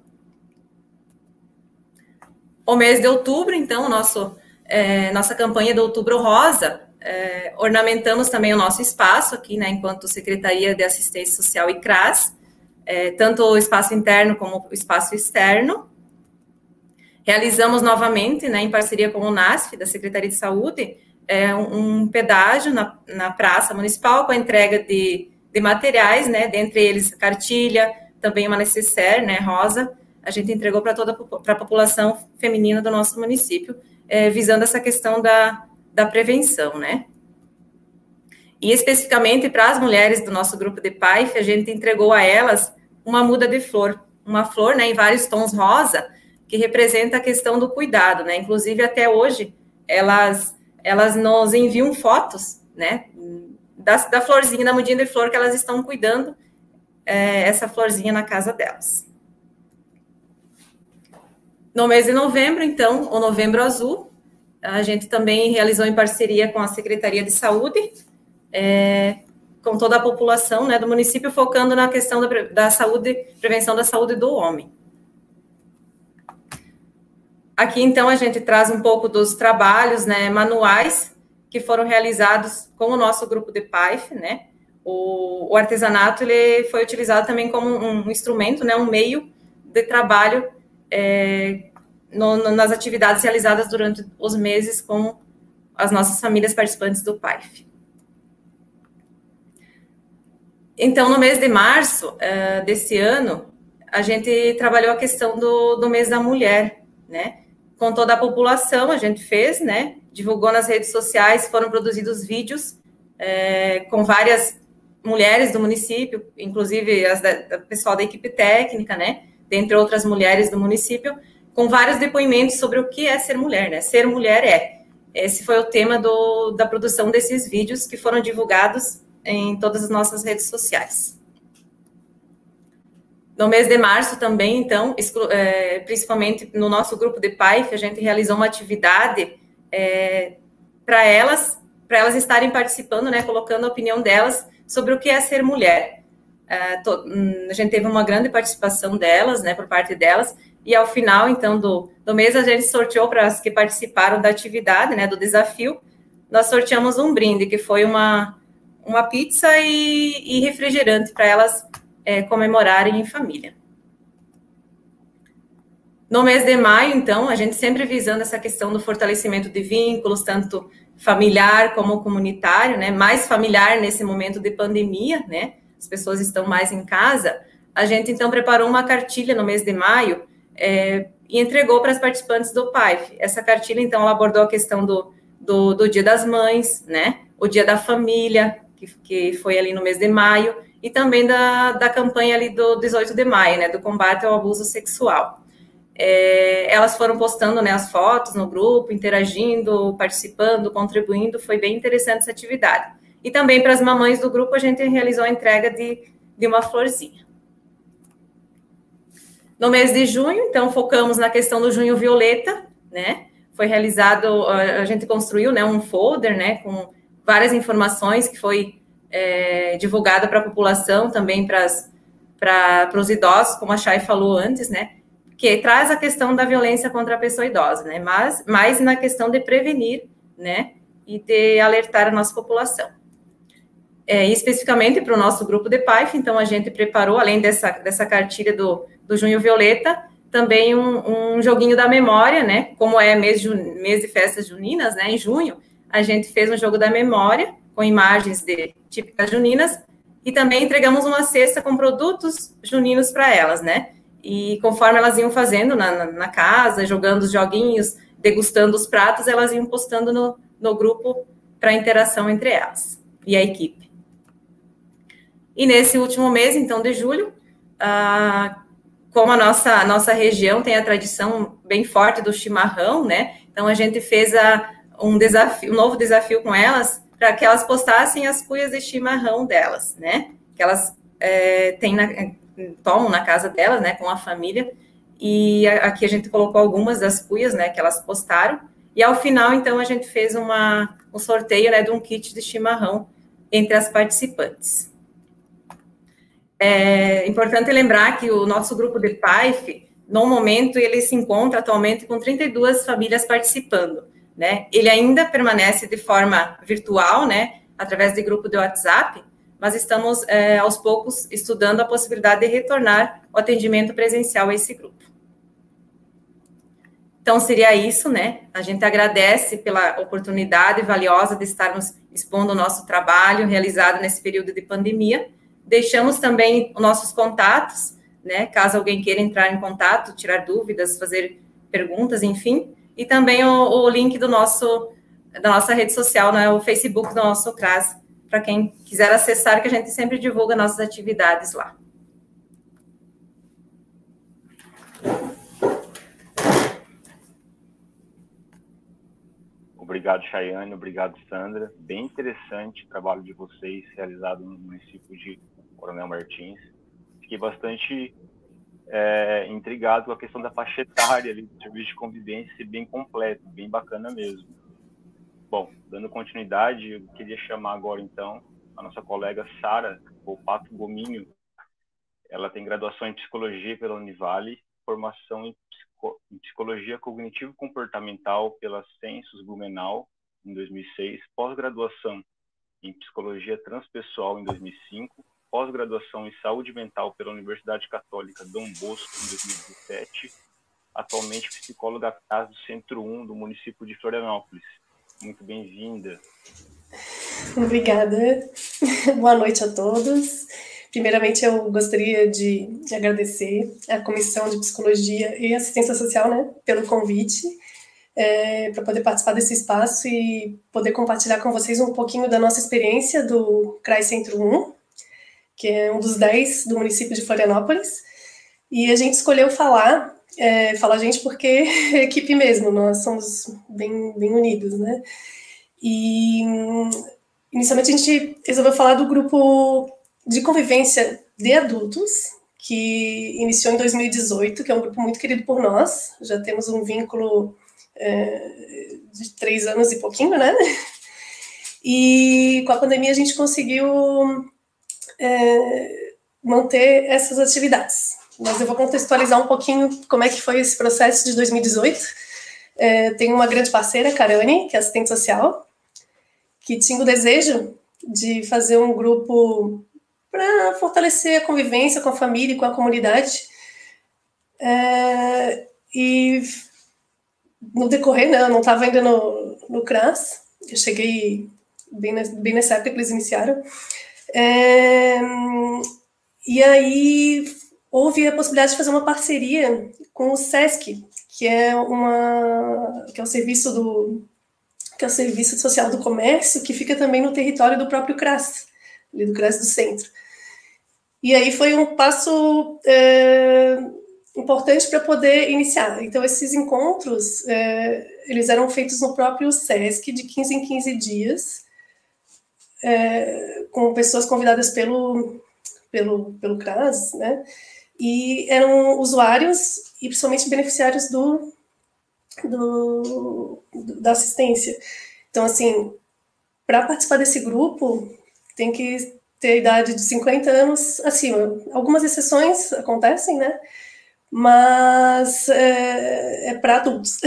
O mês de outubro, então, nosso, é, nossa campanha do Outubro Rosa, é, ornamentamos também o nosso espaço aqui, né? Enquanto Secretaria de Assistência Social e C R A S, é, tanto o espaço interno como o espaço externo. Realizamos novamente, né, em parceria com o NASF, da Secretaria de Saúde, é, um, um pedágio na, na Praça Municipal com a entrega de, de materiais, né, dentre eles cartilha, também uma necessaire, né, rosa, a gente entregou para toda para a população feminina do nosso município, é, visando essa questão da, da prevenção, né. E especificamente para as mulheres do nosso grupo de P A I F, a gente entregou a elas uma muda de flor, uma flor, né, em vários tons rosa, que representa a questão do cuidado, né? Inclusive, até hoje, elas, elas nos enviam fotos, né? Da, da florzinha, da mudinha de flor que elas estão cuidando, é, essa florzinha na casa delas. No mês de novembro, então, o Novembro Azul, a gente também realizou em parceria com a Secretaria de Saúde, é, com toda a população, né, do município, focando na questão da, da saúde, prevenção da saúde do homem. Aqui, então, a gente traz um pouco dos trabalhos, né, manuais que foram realizados com o nosso grupo de P A I F, né? O, o artesanato, ele foi utilizado também como um instrumento, né, um meio de trabalho é, no, no, nas atividades realizadas durante os meses com as nossas famílias participantes do P A I F. Então, no mês de março uh, desse ano, a gente trabalhou a questão do, do mês da mulher, né? Com toda a população, a gente fez, né? Divulgou nas redes sociais, foram produzidos vídeos é, com várias mulheres do município, inclusive as da, da pessoal da equipe técnica, né? Dentre outras mulheres do município, com vários depoimentos sobre o que é ser mulher, né? Ser mulher é. Esse foi o tema do, da produção desses vídeos que foram divulgados em todas as nossas redes sociais. No mês de março também, então, exclu- é, principalmente no nosso grupo de P A I F, a gente realizou uma atividade é, para elas, para elas estarem participando, né, colocando a opinião delas sobre o que é ser mulher. É, to, a gente teve uma grande participação delas, né, por parte delas, e ao final, então, do, do mês, a gente sorteou para as que participaram da atividade, né, do desafio, nós sorteamos um brinde, que foi uma, uma pizza e, e refrigerante para elas É, comemorarem em família. No mês de maio, então, a gente sempre visando essa questão do fortalecimento de vínculos, tanto familiar como comunitário, né? Mais familiar nesse momento de pandemia, né? As pessoas estão mais em casa. A gente, então, preparou uma cartilha no mês de maio é, e entregou para as participantes do P A I F. Essa cartilha, então, ela abordou a questão do, do, do Dia das Mães, né? O Dia da Família, que, que foi ali no mês de maio, e também da, da campanha ali do dezoito de maio, né, do combate ao abuso sexual. É, elas foram postando, né, as fotos no grupo, interagindo, participando, contribuindo, foi bem interessante essa atividade. E também para as mamães do grupo, a gente realizou a entrega de, de uma florzinha. No mês de junho, então, focamos na questão do Junho Violeta, né, foi realizado, a gente construiu, né, um folder, né, com várias informações que foi É, divulgada para a população, também para os idosos, como a Chay falou antes, né, que traz a questão da violência contra a pessoa idosa, né, mas mais na questão de prevenir, né, e de alertar a nossa população. É, especificamente para o nosso grupo de P A I F, então a gente preparou, além dessa, dessa cartilha do, do Junho Violeta, também um, um joguinho da memória, né, como é mês de, mês de festas juninas, né, em junho, a gente fez um jogo da memória, com imagens de típicas juninas, E também entregamos uma cesta com produtos juninos para elas, né? E conforme elas iam fazendo na, na, na casa, jogando os joguinhos, degustando os pratos, elas iam postando no, no grupo para interação entre elas e a equipe. E nesse último mês, então, de julho, ah, como a nossa, a nossa região tem a tradição bem forte do chimarrão, né? Então, a gente fez a, um, desafio, um novo desafio com elas, para que elas postassem as cuias de chimarrão delas, né? Que elas é, têm na, tomam na casa delas, né? Com a família. E aqui a gente colocou algumas das cuias, né? Que elas postaram. E ao final, então, a gente fez uma, um sorteio, né? De um kit de chimarrão entre as participantes. É importante lembrar que o nosso grupo de P A I F, no momento, ele se encontra atualmente com trinta e duas famílias participando, né? Ele ainda permanece de forma virtual, né? Através de grupo de WhatsApp, mas estamos, é, aos poucos, estudando a possibilidade de retornar o atendimento presencial a esse grupo. Então, seria isso, né? A gente agradece pela oportunidade valiosa de estarmos expondo o nosso trabalho realizado nesse período de pandemia. Deixamos também os nossos contatos, né? Caso alguém queira entrar em contato, tirar dúvidas, fazer perguntas, enfim. E também o, o link do nosso, da nossa rede social, né? O Facebook do nosso C R A S, para quem quiser acessar, que a gente sempre divulga nossas atividades lá. Obrigado, Chayane, obrigado, Sandra. Bem interessante o trabalho de vocês realizado no município de Coronel Martins. Fiquei bastante é, intrigado com a questão da faixa etária ali do serviço de convivência, ser bem completo, bem bacana mesmo. Bom, dando continuidade, eu queria chamar agora, então, a nossa colega Sara Volpato Gominho. Ela tem graduação em Psicologia pela Univale, formação em, psico, em Psicologia Cognitivo-Comportamental pela Census Blumenau, em dois mil e seis, pós-graduação em Psicologia Transpessoal, em dois mil e cinco, pós-graduação em Saúde Mental pela Universidade Católica Dom Bosco, em dois mil e dezessete, atualmente psicóloga C A S do Centro um, do município de Florianópolis. Muito bem-vinda. Obrigada. Boa noite a todos. Primeiramente, eu gostaria de, de agradecer à Comissão de Psicologia e Assistência Social, né, pelo convite, é, para poder participar desse espaço e poder compartilhar com vocês um pouquinho da nossa experiência do C R A S Centro um, que é um dos dez do município de Florianópolis. E a gente escolheu falar, é, falar a gente porque é equipe mesmo, nós somos bem, bem unidos, né? E inicialmente a gente resolveu falar do grupo de convivência de adultos, que iniciou em dois mil e dezoito, que é um grupo muito querido por nós, já temos um vínculo é, de três anos e pouquinho, né? E com a pandemia a gente conseguiu é, manter essas atividades. Mas eu vou contextualizar um pouquinho como é que foi esse processo de dois mil e dezoito. É, tem uma grande parceira, Karane, que é assistente social, que tinha o desejo de fazer um grupo para fortalecer a convivência com a família e com a comunidade. É, e no decorrer, né, eu não estava ainda no, no C R A S, eu cheguei bem, bem nessa época que eles iniciaram. É, e aí houve a possibilidade de fazer uma parceria com o SESC, que é, uma, que é o serviço do que é o Serviço Social do Comércio, que fica também no território do próprio C R A S, ali do C R A S do Centro. E aí foi um passo é, importante para poder iniciar. Então, esses encontros, é, eles eram feitos no próprio SESC, de quinze em quinze dias, é, com pessoas convidadas pelo, pelo, pelo C R A S, né? E eram usuários e principalmente beneficiários do, do, da assistência. Então, assim, para participar desse grupo, tem que ter a idade de cinquenta anos acima. Algumas exceções acontecem, né? Mas é, é para adultos.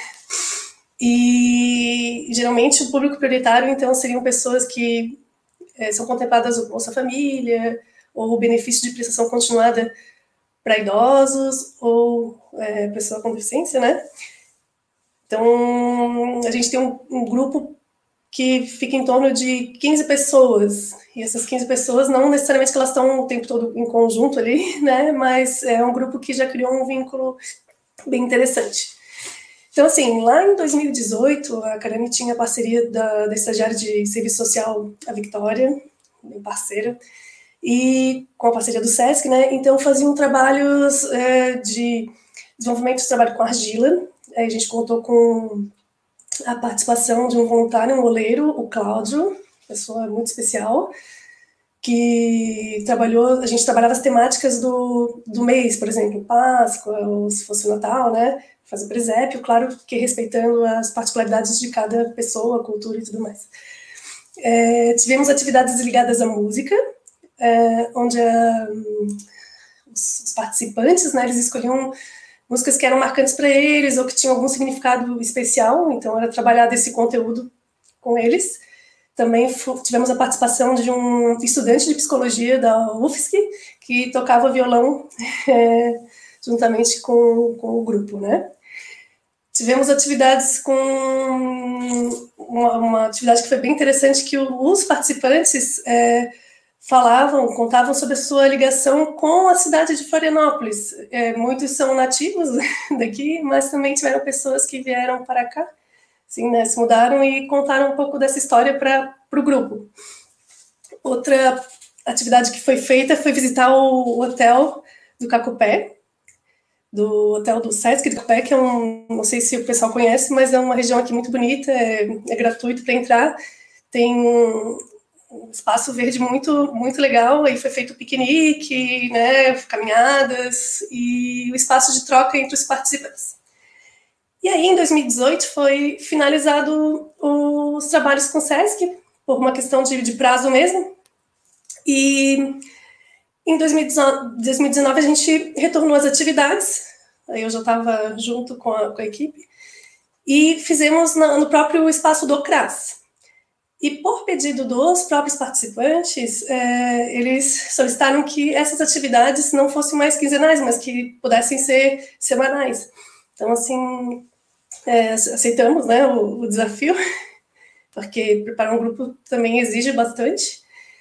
E, geralmente, o público prioritário, então, seriam pessoas que é, são contempladas o Bolsa Família, ou o benefício de prestação continuada para idosos, ou é, pessoa com deficiência, né? Então, a gente tem um, um grupo que fica em torno de quinze pessoas, e essas quinze pessoas, não necessariamente que elas estão o tempo todo em conjunto ali, né, mas é um grupo que já criou um vínculo bem interessante. Então, assim, lá em dois mil e dezoito, a Karane tinha a parceria da, da estagiária de serviço social, a Victoria, bem parceira, e com a parceria do SESC, né, então faziam trabalhos é, de desenvolvimento de trabalho com argila. Aí a gente contou com a participação de um voluntário, um oleiro, o Cláudio, pessoa muito especial, que trabalhou, a gente trabalhava as temáticas do, do mês, por exemplo, Páscoa, ou se fosse o Natal, né, fazer presépio, claro que respeitando as particularidades de cada pessoa, cultura e tudo mais. É, tivemos atividades ligadas à música, é, onde a, os, os participantes, né, eles escolhiam músicas que eram marcantes para eles ou que tinham algum significado especial, então era trabalhar esse conteúdo com eles. Também tivemos a participação de um estudante de psicologia da U F S C que tocava violão é, juntamente com, com o grupo, né? Tivemos atividades com uma, uma atividade que foi bem interessante, que os participantes é, falavam, contavam sobre a sua ligação com a cidade de Florianópolis. É, muitos são nativos daqui, mas também tiveram pessoas que vieram para cá, assim, né, se mudaram e contaram um pouco dessa história para o grupo. Outra atividade que foi feita foi visitar o hotel do Cacupé, do hotel do Sesc do Cacupé, que é um, não sei se o pessoal conhece, mas é uma região aqui muito bonita, é, é gratuito para entrar, tem um espaço verde muito, muito legal, aí foi feito piquenique, né, caminhadas e o espaço de troca entre os participantes. E aí, em dois mil e dezoito, foi finalizado os trabalhos com o Sesc, por uma questão de, de prazo mesmo, e em dois mil e dezenove a gente retornou às atividades, aí eu já estava junto com a, com a equipe, e fizemos na, no próprio espaço do CRAS. E por pedido dos próprios participantes, é, eles solicitaram que essas atividades não fossem mais quinzenais, mas que pudessem ser semanais. Então, assim, é, aceitamos, né, o, o desafio, porque preparar um grupo também exige bastante,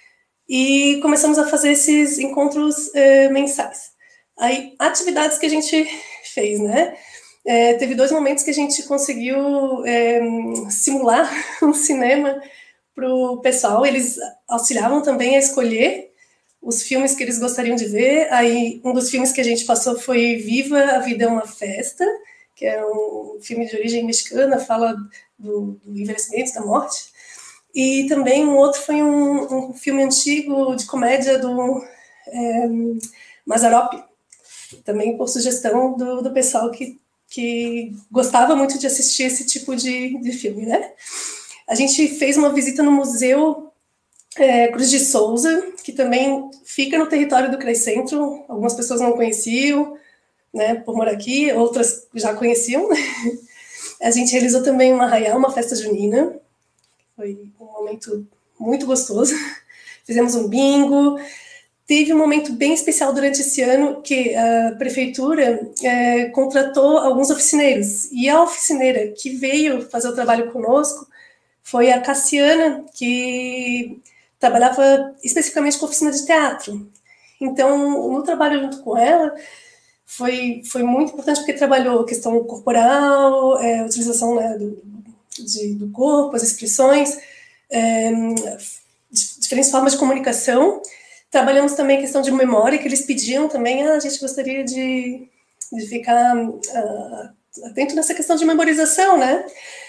e começamos a fazer esses encontros é, mensais. Aí, atividades que a gente fez, né? É, teve dois momentos que a gente conseguiu é, simular um cinema para o pessoal. Eles auxiliavam também a escolher os filmes que eles gostariam de ver. Aí, um dos filmes que a gente passou foi Viva, a Vida é uma Festa, que é um filme de origem mexicana, fala do, do envelhecimento, da morte. E também um outro foi um, um filme antigo de comédia do é, Mazzaropi, também por sugestão do, do pessoal que, que gostava muito de assistir esse tipo de, de filme, né? A gente fez uma visita no Museu é, Cruz de Souza, que também fica no território do CRAS Centro. Algumas pessoas não conheciam, né, por morar aqui, outras já conheciam. A gente realizou também um arraial, uma festa junina. Foi um momento muito gostoso. Fizemos um bingo. Teve um momento bem especial durante esse ano que a prefeitura é, contratou alguns oficineiros. E a oficineira que veio fazer o trabalho conosco foi a Cassiana, que trabalhava especificamente com oficina de teatro. Então, no trabalho junto com ela, foi, foi muito importante, porque trabalhou a questão corporal, é, a utilização, né, do, de, do corpo, as expressões, é, diferentes formas de comunicação. Trabalhamos também a questão de memória, que eles pediam também, ah, a gente gostaria de, de ficar uh, atento nessa questão de memorização, né?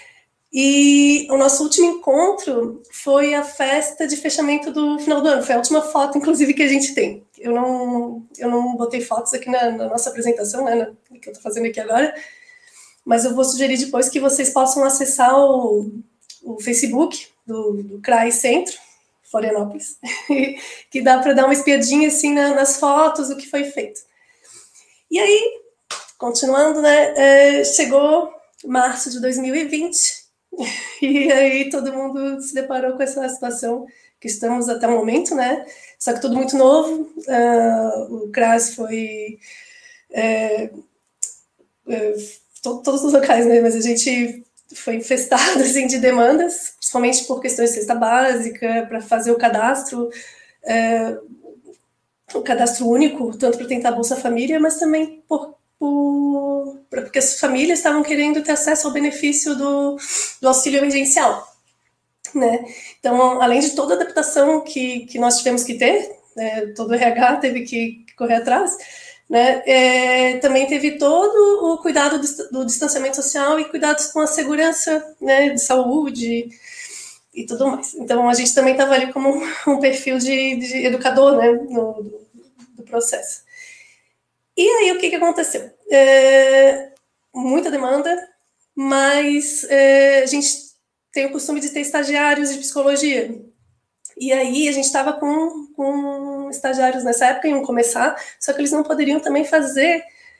E o nosso último encontro foi a festa de fechamento do final do ano. Foi a última foto, inclusive, que a gente tem. Eu não, eu não botei fotos aqui na, na nossa apresentação, né, na, que eu estou fazendo aqui agora, mas eu vou sugerir depois que vocês possam acessar o, o Facebook do, do CRAS Centro, Florianópolis, que dá para dar uma espiadinha assim na, nas fotos do que foi feito. E aí, continuando, né, é, chegou março de dois mil e vinte, e aí todo mundo se deparou com essa situação que estamos até o momento, né? Só que tudo muito novo. Uh, o CRAS foi é, é, to, todos os locais, né? Mas a gente foi infestado assim, de demandas, principalmente por questões de cesta básica, para fazer o cadastro, é, o cadastro único, tanto para tentar a Bolsa Família, mas também por, por, porque as famílias estavam querendo ter acesso ao benefício do, do auxílio emergencial. Né? Então, além de toda a adaptação que, que nós tivemos que ter, né, todo o R H teve que correr atrás, né, é, também teve todo o cuidado do, do distanciamento social e cuidados com a segurança, né, de saúde e tudo mais. Então, a gente também estava ali como um, um perfil de, de educador, né, no, do, do processo. E aí, o que, que aconteceu? É, muita demanda, mas é, a gente tem o costume de ter estagiários de psicologia. E aí a gente estava com, com estagiários nessa época, iam começar, só que eles não poderiam também fazer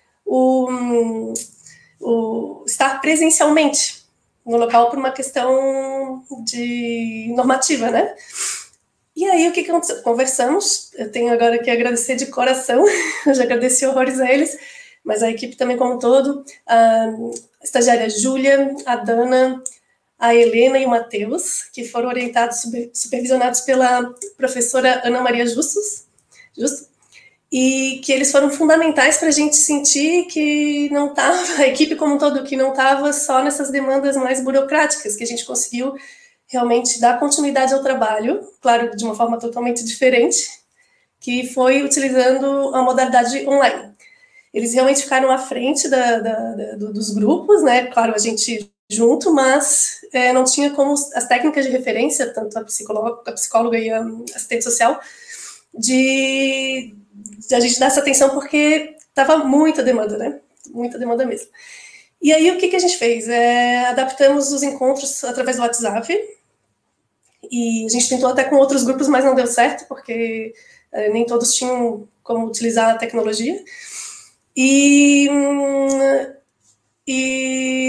o, o estar presencialmente no local por uma questão de normativa, né? E aí o que, que aconteceu? Conversamos, eu tenho agora que agradecer de coração, eu já agradeci horrores a eles, mas a equipe também como um todo, a estagiária Júlia, a Dana, a Helena e o Matheus, que foram orientados, supervisionados pela professora Ana Maria Justus, Justo, e que eles foram fundamentais para a gente sentir que não estava, a equipe como um todo, que não estava só nessas demandas mais burocráticas, que a gente conseguiu realmente dar continuidade ao trabalho, claro, de uma forma totalmente diferente, que foi utilizando a modalidade online. Eles realmente ficaram à frente da, da, da, dos grupos, né? Claro, a gente junto, mas é, não tinha como as técnicas de referência, tanto a psicóloga, a psicóloga e a assistente social, de, de a gente dar essa atenção, porque estava muita demanda, né? Muita demanda mesmo. E aí, o que, que a gente fez? É, adaptamos os encontros através do WhatsApp, e a gente tentou até com outros grupos, mas não deu certo, porque é, nem todos tinham como utilizar a tecnologia. E... E,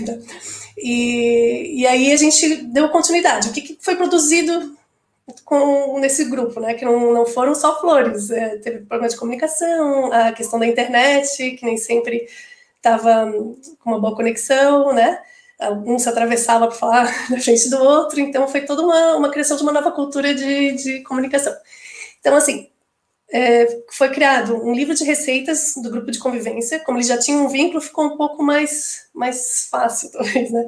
e, e aí a gente deu continuidade. O que, que foi produzido com, nesse grupo, né? Que não, não foram só flores. É, teve problema de comunicação, a questão da internet, que nem sempre estava com uma boa conexão, né? Um se atravessava para falar na frente do outro, então foi toda uma, uma criação de uma nova cultura de, de comunicação. Então, assim, É, foi criado um livro de receitas do grupo de convivência. Como eles já tinham um vínculo, ficou um pouco mais, mais fácil, talvez, né?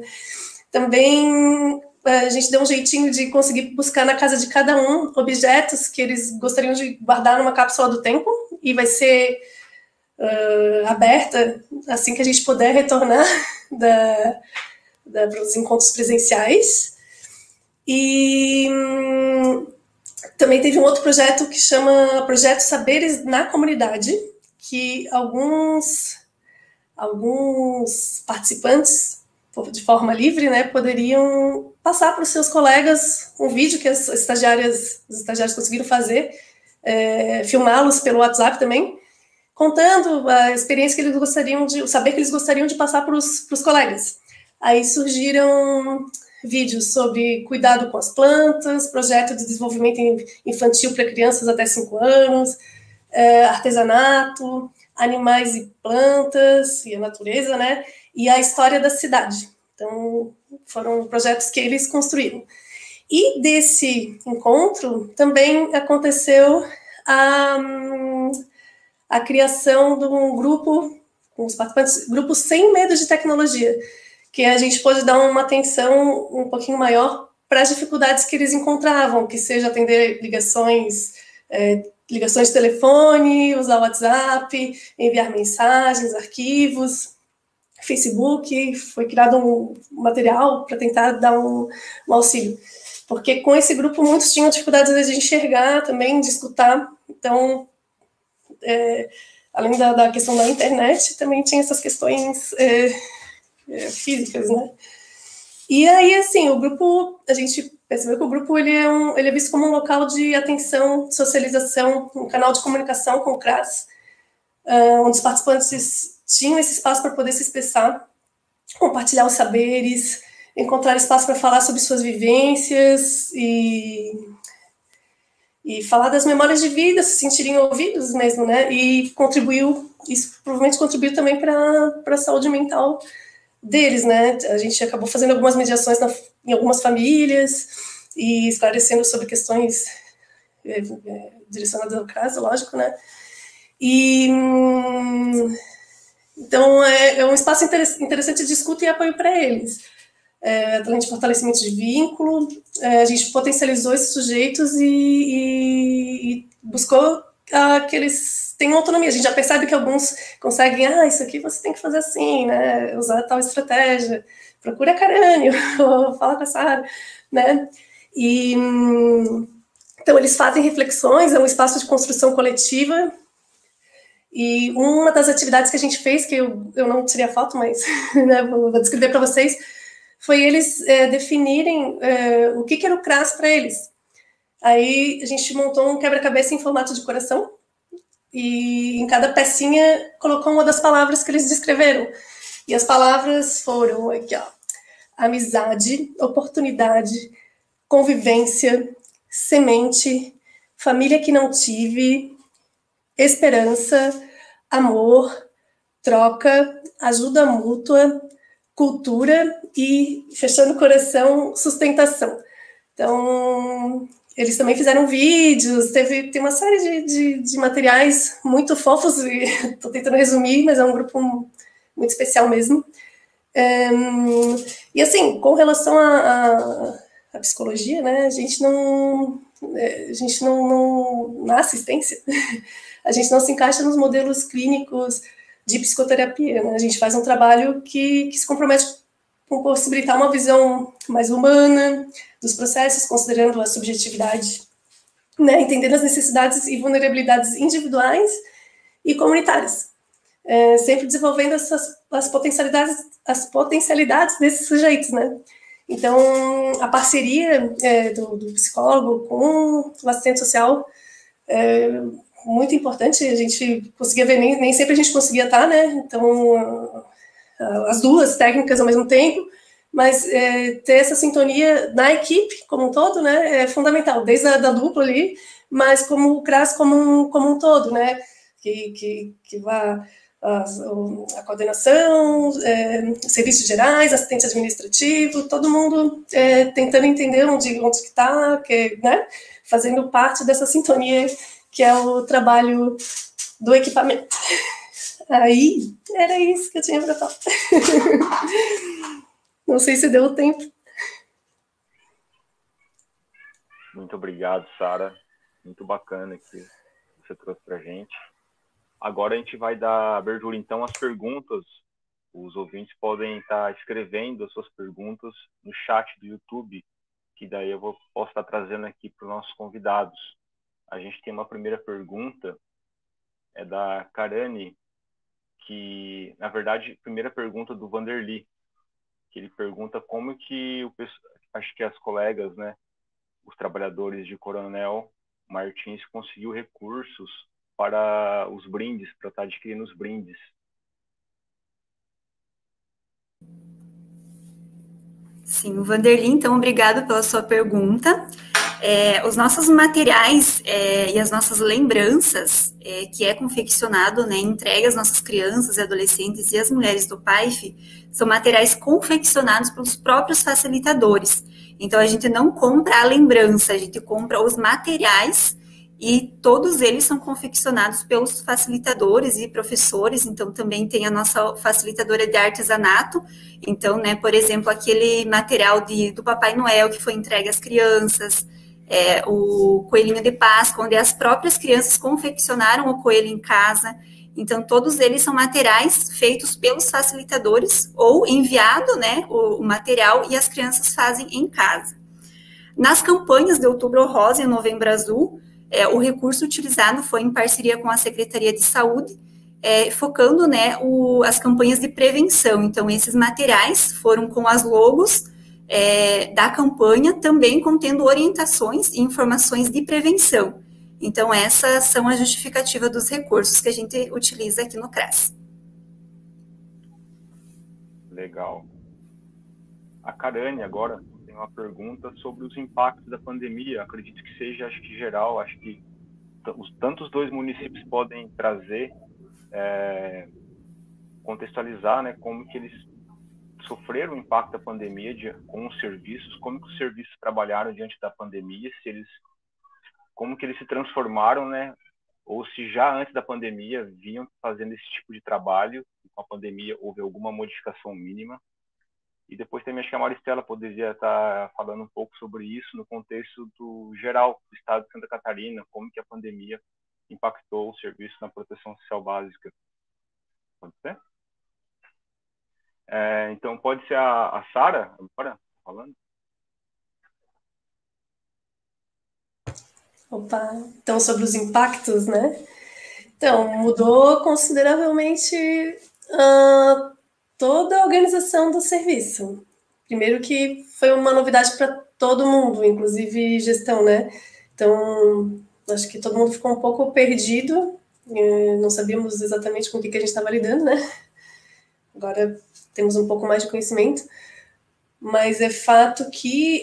Também a gente deu um jeitinho de conseguir buscar na casa de cada um objetos que eles gostariam de guardar numa cápsula do tempo, e vai ser uh, aberta assim que a gente puder retornar da, da, para os encontros presenciais. E... Também teve um outro projeto que chama Projeto Saberes na Comunidade, que alguns, alguns participantes, de forma livre, né, poderiam passar para os seus colegas um vídeo que as estagiárias, os estagiários conseguiram fazer, é, filmá-los pelo WhatsApp também, contando a experiência que eles gostariam de, o saber que eles gostariam de passar para os, para os colegas. Aí surgiram vídeos sobre cuidado com as plantas, projeto de desenvolvimento infantil para crianças até cinco anos, é, artesanato, animais e plantas, e a natureza, né? E a história da cidade. Então, foram projetos que eles construíram. E desse encontro também aconteceu a, a criação de um grupo, com os participantes, grupo Sem Medo de Tecnologia, que a gente pôde dar uma atenção um pouquinho maior para as dificuldades que eles encontravam, que seja atender ligações, é, ligações de telefone, usar o WhatsApp, enviar mensagens, arquivos, Facebook. Foi criado um material para tentar dar um, um auxílio. Porque com esse grupo muitos tinham dificuldades de enxergar também, de escutar. Então, é, além da, da questão da internet, também tinha essas questões... É, É, físicas, né? E aí, assim, o grupo, a gente percebeu que o grupo ele é, um, ele é visto como um local de atenção, socialização, um canal de comunicação com o CRAS, uh, onde os participantes tinham esse espaço para poder se expressar, compartilhar os saberes, encontrar espaço para falar sobre suas vivências e, e falar das memórias de vida, se sentirem ouvidos mesmo, né? E contribuiu, isso provavelmente contribuiu também para a saúde mental deles, né? A gente acabou fazendo algumas mediações na, em algumas famílias e esclarecendo sobre questões é, é, direcionadas ao caso, lógico, né? E hum, então é, é um espaço interessante de escuta e apoio para eles. É, além de fortalecimento de vínculo, é, a gente potencializou esses sujeitos e, e, e buscou ah, que eles tenham autonomia. A gente já percebe que alguns conseguem, ah, isso aqui você tem que fazer assim, né? Usar tal estratégia, procura carânio, fala com a Sara, né? E, então, eles fazem reflexões, é um espaço de construção coletiva. E uma das atividades que a gente fez, que eu, eu não tirei a foto, mas né, vou, vou descrever para vocês, foi eles é, definirem é, o que, que era o C R A S para eles. Aí a gente montou um quebra-cabeça em formato de coração e em cada pecinha colocou uma das palavras que eles descreveram. E as palavras foram aqui, ó, amizade, oportunidade, convivência, semente, família que não tive, esperança, amor, troca, ajuda mútua, cultura e, fechando o coração, sustentação. Então, eles também fizeram vídeos, teve, tem uma série de, de, de materiais muito fofos, e estou tentando resumir, mas é um grupo muito especial mesmo. Um, e assim, com relação à psicologia, né, a gente não, a gente não, não, na assistência, a gente não se encaixa nos modelos clínicos de psicoterapia, né? A gente faz um trabalho que, que se compromete com possibilitar uma visão mais humana dos processos, considerando a subjetividade, né? Entendendo as necessidades e vulnerabilidades individuais e comunitárias, é, sempre desenvolvendo essas, as, potencialidades, as potencialidades desses sujeitos, né? Então, a parceria é, do, do psicólogo com o assistente social é muito importante. A gente conseguia ver, nem, nem sempre a gente conseguia estar, né? Então, as duas técnicas ao mesmo tempo, mas é, ter essa sintonia na equipe como um todo, né, é fundamental, desde a da dupla ali, mas como o C R A S como um, como um todo, né, que, que, que vá a, a coordenação, é, serviços gerais, assistente administrativo, todo mundo é, tentando entender onde, onde que está, que, né, fazendo parte dessa sintonia que é o trabalho do equipamento. Aí, era isso que eu tinha para falar. Não sei se deu tempo. Muito obrigado, Sara. Muito bacana que você trouxe para a gente. Agora a gente vai dar abertura, então, às perguntas. Os ouvintes podem estar escrevendo as suas perguntas no chat do YouTube, que daí eu vou, posso estar trazendo aqui para os nossos convidados. A gente tem uma primeira pergunta, é da Karane, que, na verdade, a primeira pergunta do Vanderly, que ele pergunta como que, o, acho que as colegas, né, os trabalhadores de Coronel Martins conseguiu recursos para os brindes, para estar adquirindo os brindes. Sim, o Vanderly, então, obrigado pela sua pergunta. É, os nossos materiais é, e as nossas lembranças, é, que é confeccionado, né, entregue às nossas crianças e adolescentes e às mulheres do P A I F, são materiais confeccionados pelos próprios facilitadores. Então, a gente não compra a lembrança, a gente compra os materiais e todos eles são confeccionados pelos facilitadores e professores. Então, também tem a nossa facilitadora de artesanato. Então, né, por exemplo, aquele material de, do Papai Noel que foi entregue às crianças, É, o coelhinho de Páscoa, onde as próprias crianças confeccionaram o coelho em casa. Então, todos eles são materiais feitos pelos facilitadores ou enviado, né, o, o material e as crianças fazem em casa. Nas campanhas de Outubro Rosa e Novembro Azul, é, o recurso utilizado foi em parceria com a Secretaria de Saúde, é, focando, né, o, as campanhas de prevenção. Então, esses materiais foram com as logos É, da campanha, também contendo orientações e informações de prevenção. Então, essas são a justificativa dos recursos que a gente utiliza aqui no C R A S. Legal. A Karane agora tem uma pergunta sobre os impactos da pandemia. Acredito que seja, acho que geral, acho que os, tanto os dois municípios podem trazer, é, contextualizar, né, como que eles sofreram o impacto da pandemia de, com os serviços, como que os serviços trabalharam diante da pandemia, se eles, como que eles se transformaram, né? Ou se já antes da pandemia vinham fazendo esse tipo de trabalho, e com a pandemia houve alguma modificação mínima. E depois também acho que a Maristela poderia estar falando um pouco sobre isso no contexto do geral do estado de Santa Catarina, como que a pandemia impactou o serviço na proteção social básica. Pode ser? É, então pode ser a, a Sara agora falando? Opa, então sobre os impactos, né? Então, mudou consideravelmente uh, toda a organização do serviço. Primeiro que foi uma novidade para todo mundo, inclusive gestão, né? Então, acho que todo mundo ficou um pouco perdido, não sabíamos exatamente com o que, que a gente estava lidando, né? Agora temos um pouco mais de conhecimento, mas é fato que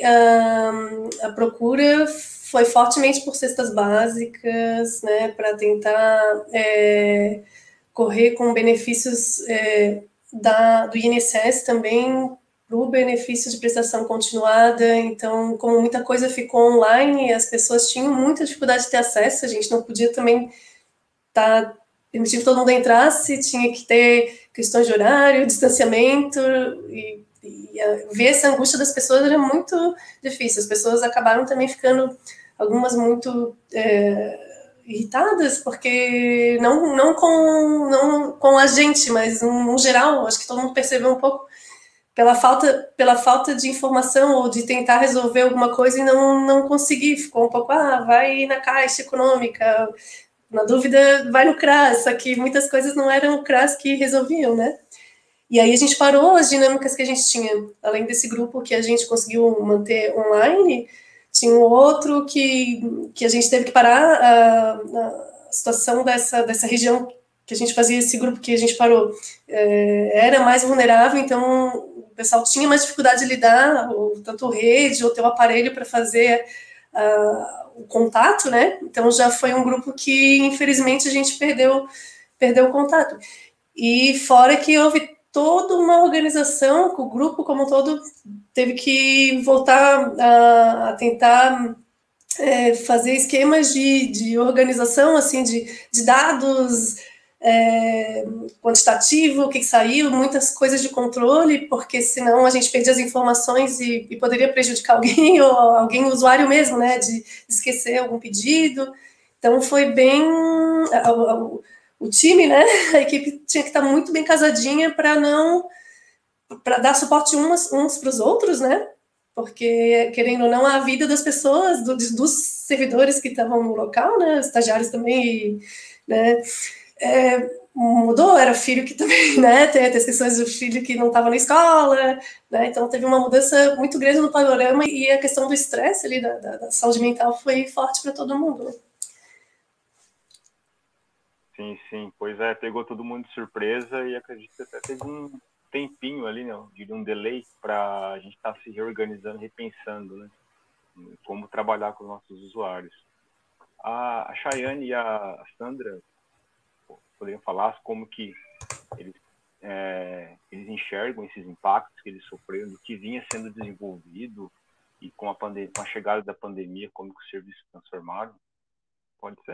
uh, a procura foi fortemente por cestas básicas, né, para tentar é, correr com benefícios é, da, do I N S S também para o benefício de prestação continuada. Então, como muita coisa ficou online, as pessoas tinham muita dificuldade de ter acesso, a gente não podia também estar permitindo que todo mundo entrasse, tinha que ter questões de horário, distanciamento, e, e ver essa angústia das pessoas era muito difícil. As pessoas acabaram também ficando algumas muito é, irritadas, porque não, não, com, não com a gente, mas no, no geral, acho que todo mundo percebeu um pouco pela falta, pela falta de informação ou de tentar resolver alguma coisa e não, não conseguir. Ficou um pouco, ah, vai na Caixa Econômica, na dúvida, vai no CRAS, só que muitas coisas não eram o CRAS que resolviam, né? E aí a gente parou as dinâmicas que a gente tinha, além desse grupo que a gente conseguiu manter online, tinha um outro que, que a gente teve que parar a, a situação dessa, dessa região que a gente fazia, esse grupo que a gente parou, é, era mais vulnerável, então o pessoal tinha mais dificuldade de lidar, ou tanto rede, ou ter o aparelho para fazer uh, o contato, né? Então já foi um grupo que, infelizmente, a gente perdeu, perdeu o contato. E fora que houve toda uma organização, o grupo como um todo teve que voltar a, a tentar é, fazer esquemas de, de organização, assim, de, de dados é, quantitativo, o que saiu, muitas coisas de controle, porque senão a gente perdia as informações e, e poderia prejudicar alguém, ou alguém, o usuário mesmo, né, de esquecer algum pedido. Então foi bem... A, a, o time, né, a equipe tinha que estar muito bem casadinha para não, para dar suporte uns, uns para os outros, né, porque, querendo ou não, a vida das pessoas, do, dos servidores que estavam no local, né, estagiários também, né, é, mudou, era filho que também, né, tem as questões do filho que não estava na escola, né, então teve uma mudança muito grande no panorama e a questão do estresse ali, da, da, da saúde mental foi forte para todo mundo, né. Sim, sim, pois é, pegou todo mundo de surpresa e acredito que até teve um tempinho ali, né, de um delay para a gente estar tá se reorganizando, repensando, né, como trabalhar com os nossos usuários. A, a Chayane e a Sandra poderiam falar como que eles, é, eles enxergam esses impactos que eles sofreram, do que vinha sendo desenvolvido e com a, pandemia, com a chegada da pandemia, como que os serviços se transformaram. Pode ser?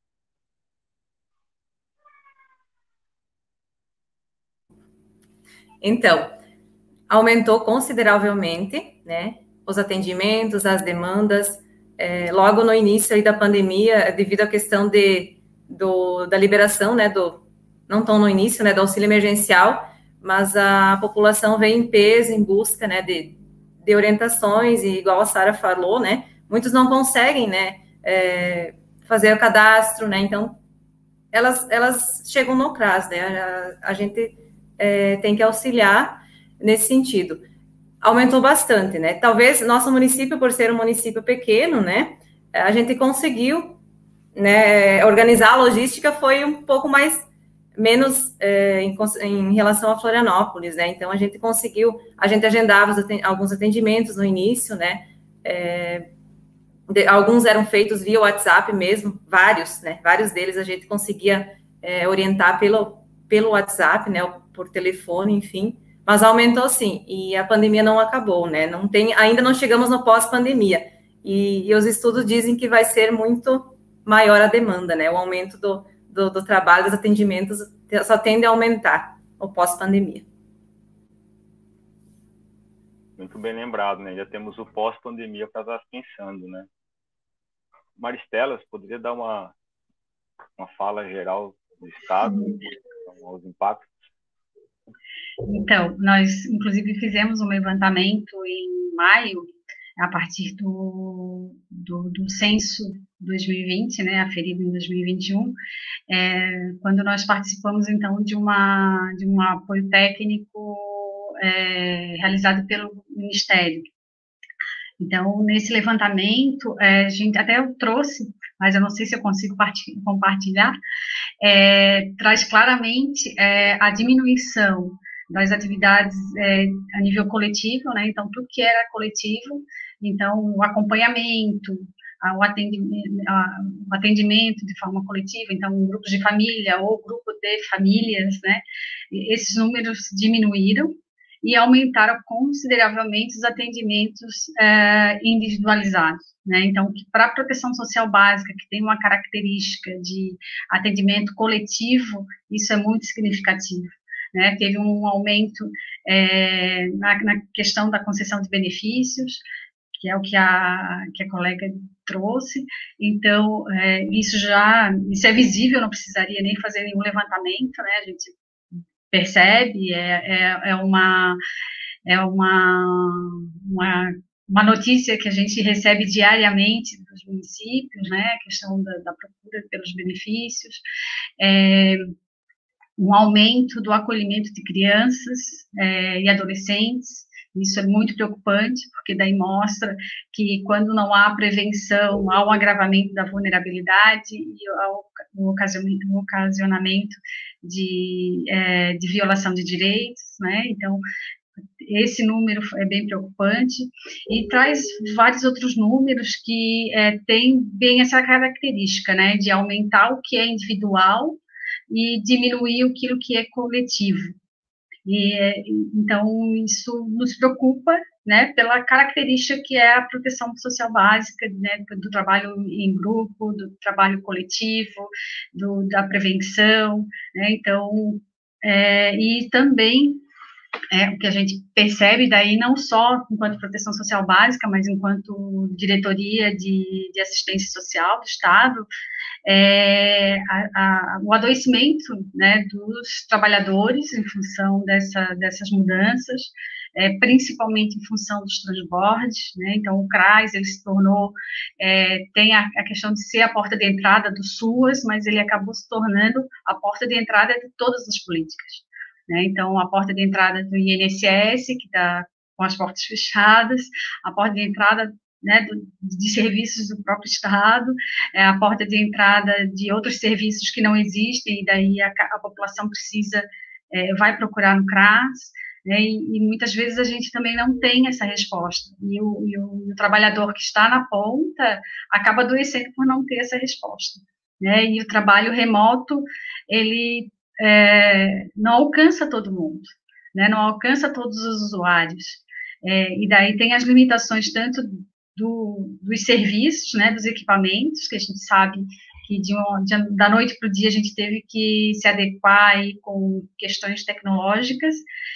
Então, aumentou consideravelmente, né, os atendimentos, as demandas, é, logo no início aí da pandemia, devido à questão de, do, da liberação, né, do, não tão no início, né, do auxílio emergencial, mas a população veio em peso em busca, né, de, de orientações, e igual a Sara falou, né, muitos não conseguem, né, é, fazer o cadastro, né, então, elas, elas chegam no CRAS, né, a, a gente... É, tem que auxiliar nesse sentido. Aumentou bastante, né? Talvez nosso município, por ser um município pequeno, né, a gente conseguiu, né, organizar a logística, foi um pouco mais, menos é, em, em relação a Florianópolis, né? Então a gente conseguiu, a gente agendava alguns atendimentos no início, né? É, de, alguns eram feitos via WhatsApp mesmo, vários, né? Vários deles a gente conseguia é, orientar pelo, pelo WhatsApp, né? Por telefone, enfim, mas aumentou sim, e a pandemia não acabou, né? Não tem, ainda não chegamos no pós-pandemia, e, e os estudos dizem que vai ser muito maior a demanda, né? O aumento do, do, do trabalho, dos atendimentos, só tende a aumentar o pós-pandemia. Muito bem lembrado, né? Já temos o pós-pandemia para estar pensando, né? Maristela, você poderia dar uma, uma fala geral do Estado, aos impactos? Então, nós, inclusive, fizemos um levantamento em maio, a partir do, do, do censo dois mil e vinte, né, aferido em dois mil e vinte e um, é, quando nós participamos, então, de, uma, de um apoio técnico é, realizado pelo Ministério. Então, nesse levantamento, é, a gente até eu trouxe, mas eu não sei se eu consigo compartilhar, é, traz claramente é, a diminuição das atividades é, a nível coletivo, né? Então, tudo que era coletivo, então, o acompanhamento, o atendimento, o atendimento de forma coletiva, então, grupos de família ou grupo de famílias, né? Esses números diminuíram e aumentaram consideravelmente os atendimentos é, individualizados, né? Então, para a proteção social básica, que tem uma característica de atendimento coletivo, isso é muito significativo, né? Teve um aumento é, na, na questão da concessão de benefícios, que é o que a, que a colega trouxe. Então, é, isso já, isso é visível, não precisaria nem fazer nenhum levantamento, né? A gente percebe, é, é, é, uma, é uma, uma, uma notícia que a gente recebe diariamente dos municípios, né, a questão da, da procura pelos benefícios, é, um aumento do acolhimento de crianças é, e adolescentes. Isso é muito preocupante, porque daí mostra que quando não há prevenção, há um agravamento da vulnerabilidade e ao, o ocasionamento de, é, de violação de direitos, né? Então, esse número é bem preocupante e traz vários outros números que é, têm bem essa característica, né? De aumentar o que é individual e diminuir aquilo que é coletivo. E, então, isso nos preocupa, né, pela característica que é a proteção social básica, né, do trabalho em grupo, do trabalho coletivo, do, da prevenção, né, então, é, e também é, o que a gente percebe daí, não só enquanto proteção social básica, mas enquanto diretoria de, de assistência social do Estado, é, a, a, o adoecimento, né, dos trabalhadores em função dessa, dessas mudanças, é, principalmente em função dos transbordes, né, então o CRAS, ele se tornou, é, tem a, a questão de ser a porta de entrada do SUAS, mas ele acabou se tornando a porta de entrada de todas as políticas, né, então a porta de entrada do I N S S, que está com as portas fechadas, a porta de entrada, né, do, de serviços do próprio Estado, é a porta de entrada de outros serviços que não existem, e daí a, a população precisa, é, vai procurar no CRAS, né, e, e muitas vezes a gente também não tem essa resposta, e o, e o, o trabalhador que está na ponta acaba adoecendo por não ter essa resposta, né, e o trabalho remoto, ele é, não alcança todo mundo, né, não alcança todos os usuários, é, e daí tem as limitações tanto Do, dos serviços, né, dos equipamentos, que a gente sabe que de um, de, da noite para o dia a gente teve que se adequar aí com questões tecnológicas,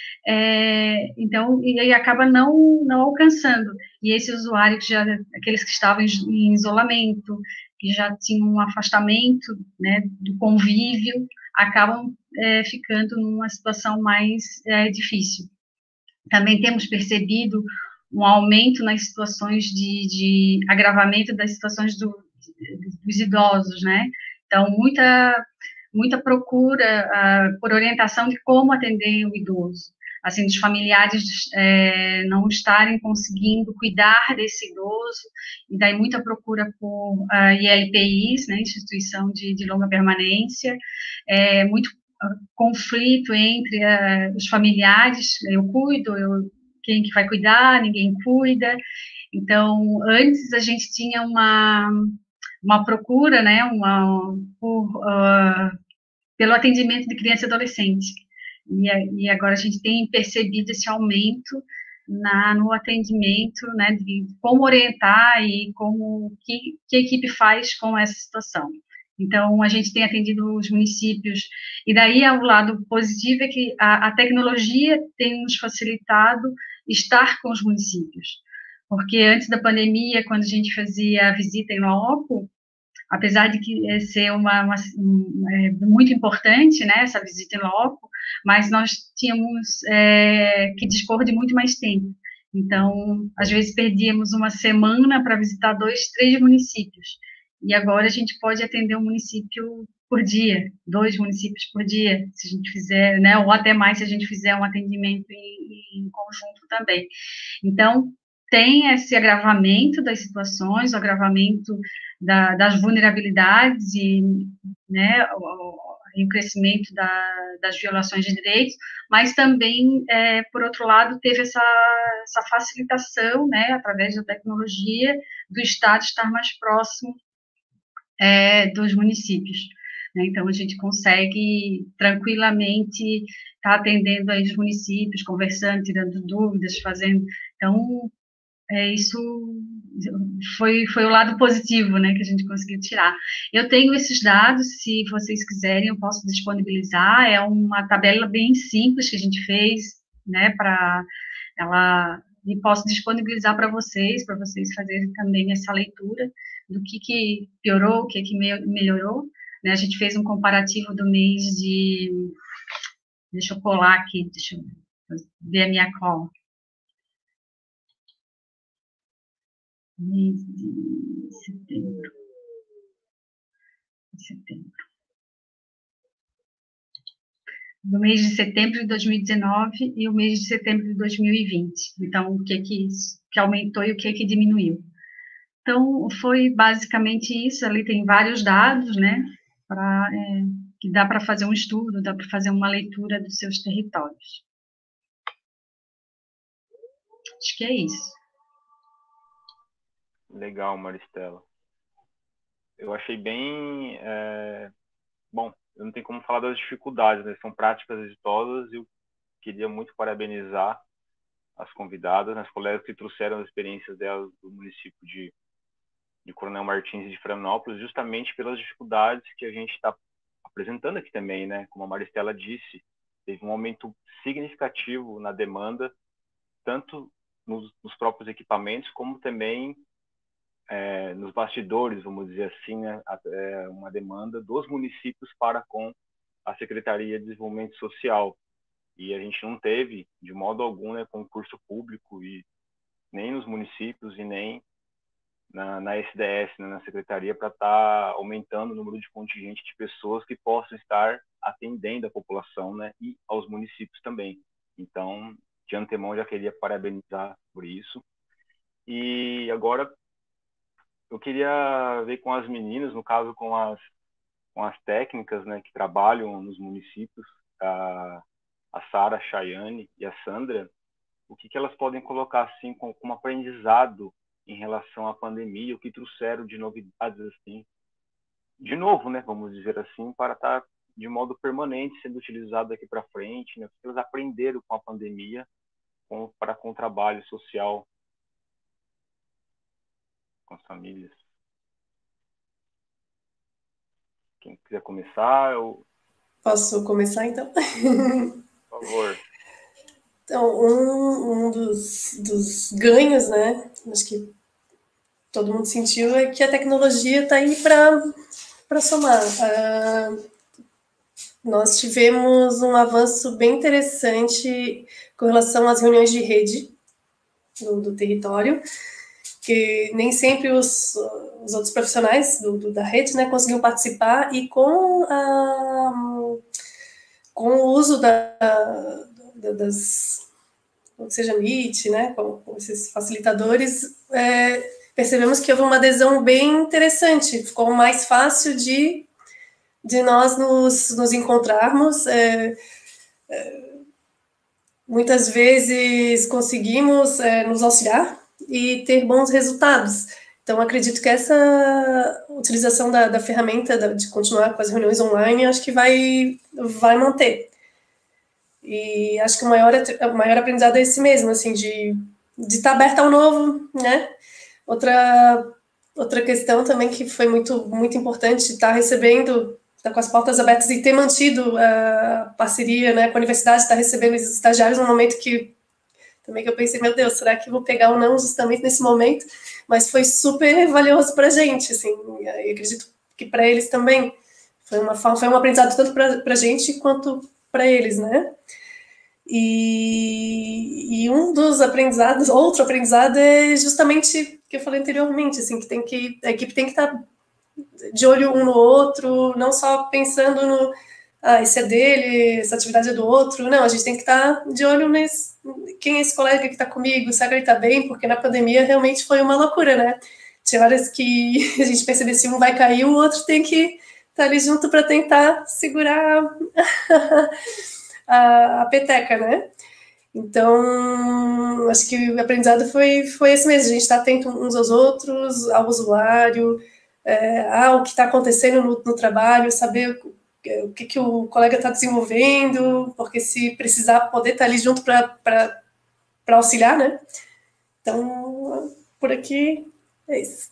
é, então, e aí acaba não, não alcançando, e esse usuário, que já, aqueles que estavam em, em isolamento, que já tinham um afastamento, né, do convívio, acabam é, ficando numa situação mais é, difícil. Também temos percebido um aumento nas situações de, de agravamento das situações do, dos idosos, né? Então, muita, muita procura uh, por orientação de como atender o idoso. Assim, os familiares é, não estarem conseguindo cuidar desse idoso, e daí muita procura por uh, I L P Is, né, Instituição de, de Longa Permanência, é, muito uh, conflito entre uh, os familiares, eu cuido, eu quem que vai cuidar, ninguém cuida. Então, antes a gente tinha uma, uma procura, né, uma, por, uh, pelo atendimento de criança e adolescente. E, e agora a gente tem percebido esse aumento na, no atendimento, né, de como orientar e como que, que a equipe faz com essa situação. Então, a gente tem atendido os municípios, e daí o lado positivo é que a, a tecnologia tem nos facilitado estar com os municípios, porque antes da pandemia, quando a gente fazia a visita em loco, apesar de que ser uma, uma é, muito importante, né, essa visita em loco, mas nós tínhamos é, que dispor de muito mais tempo. Então, às vezes perdíamos uma semana para visitar dois, três municípios, e agora a gente pode atender um município por dia, dois municípios por dia, se a gente fizer, né, ou até mais se a gente fizer um atendimento em, em conjunto também. Então, tem esse agravamento das situações, o agravamento da, das vulnerabilidades e, né, o, o crescimento da, das violações de direitos, mas também, é, por outro lado, teve essa, essa facilitação, né, através da tecnologia, do Estado estar mais próximo é, dos municípios. Né? Então, a gente consegue tranquilamente estar tá atendendo aí os municípios, conversando, tirando dúvidas, fazendo... Então, é, isso foi, foi o lado positivo, né, que a gente conseguiu tirar. Eu tenho esses dados, se vocês quiserem, eu posso disponibilizar, é uma tabela bem simples que a gente fez, né, para ela, e posso disponibilizar para vocês, para vocês fazerem também essa leitura do que, que piorou, o que, que melhorou, né, a gente fez um comparativo do mês de, deixa eu colar aqui, deixa eu ver a minha cola, mês de setembro. Setembro. Do mês de setembro de dois mil e dezenove e o mês de setembro de dois mil e vinte. Então, o que que, que aumentou e o que que diminuiu. Então, foi basicamente isso. Ali tem vários dados, né? Pra, é, que dá para fazer um estudo, dá para fazer uma leitura dos seus territórios. Acho que é isso. Legal, Maristela. Eu achei bem... É... Bom, eu não tenho como falar das dificuldades, né? São práticas exitosas e eu queria muito parabenizar as convidadas, né? As colegas que trouxeram as experiências delas do município de, de Coronel Martins e de Florianópolis, justamente pelas dificuldades que a gente está apresentando aqui também, né? Como a Maristela disse, teve um aumento significativo na demanda, tanto nos, nos próprios equipamentos, como também É, nos bastidores, vamos dizer assim, né, é uma demanda dos municípios para com a Secretaria de Desenvolvimento Social. E a gente não teve, de modo algum, né, concurso público, e nem nos municípios e nem na, na S D S, né, na Secretaria, para estar tá aumentando o número de contingente de pessoas que possam estar atendendo a população, né, e aos municípios também. Então, de antemão, já queria parabenizar por isso. E agora, eu queria ver com as meninas, no caso com as, com as técnicas, né, que trabalham nos municípios, a, a Sara, a Chayane e a Sandra, o que, que elas podem colocar assim como, como aprendizado em relação à pandemia, o que trouxeram de novidades assim, de novo, né, vamos dizer assim, para estar de modo permanente sendo utilizado daqui para frente, né, o que elas aprenderam com a pandemia com, para com o trabalho social com as famílias. Quem quiser começar, eu... Posso começar, então? Por favor. Então, um, um dos, dos ganhos, né, acho que todo mundo sentiu, é que a tecnologia está aí para somar. Uh, nós tivemos um avanço bem interessante com relação às reuniões de rede do, do território, que nem sempre os, os outros profissionais do, do, da rede, né, conseguiam participar, e com, a, com o uso da, da, das, ou seja, Meet, né, com, com esses facilitadores, é, percebemos que houve uma adesão bem interessante, ficou mais fácil de, de nós nos, nos encontrarmos, é, é, muitas vezes conseguimos é, nos auxiliar e ter bons resultados. Então, acredito que essa utilização da, da ferramenta da, de continuar com as reuniões online, acho que vai, vai manter. E acho que o maior, o maior aprendizado é esse mesmo, assim, de de estar aberta ao novo, né? Outra, outra questão também que foi muito, muito importante, estar recebendo, estar com as portas abertas e ter mantido a parceria, né, com a universidade, estar recebendo os estagiários no momento que também que eu pensei, meu Deus, será que eu vou pegar ou não justamente nesse momento? Mas foi super valioso para a gente, assim, e acredito que para eles também foi, uma, foi um aprendizado tanto para a gente quanto para eles, né? E, e um dos aprendizados, outro aprendizado é justamente o que eu falei anteriormente, assim, que tem que a equipe tem que estar de olho um no outro, não só pensando no, ah, esse é dele, essa atividade é do outro, não, a gente tem que estar de olho nesse, quem é esse colega que está comigo, será que ele está bem, porque na pandemia realmente foi uma loucura, né? Tinha várias que a gente percebeu se um vai cair, o outro tem que estar ali junto para tentar segurar A, a peteca, né? Então, acho que o aprendizado foi, foi esse mesmo, a gente está atento uns aos outros, ao usuário, é, ao que está acontecendo no, no trabalho, saber o, o que, que o colega está desenvolvendo, porque se precisar poder estar tá ali junto para auxiliar, né? Então, por aqui, é isso.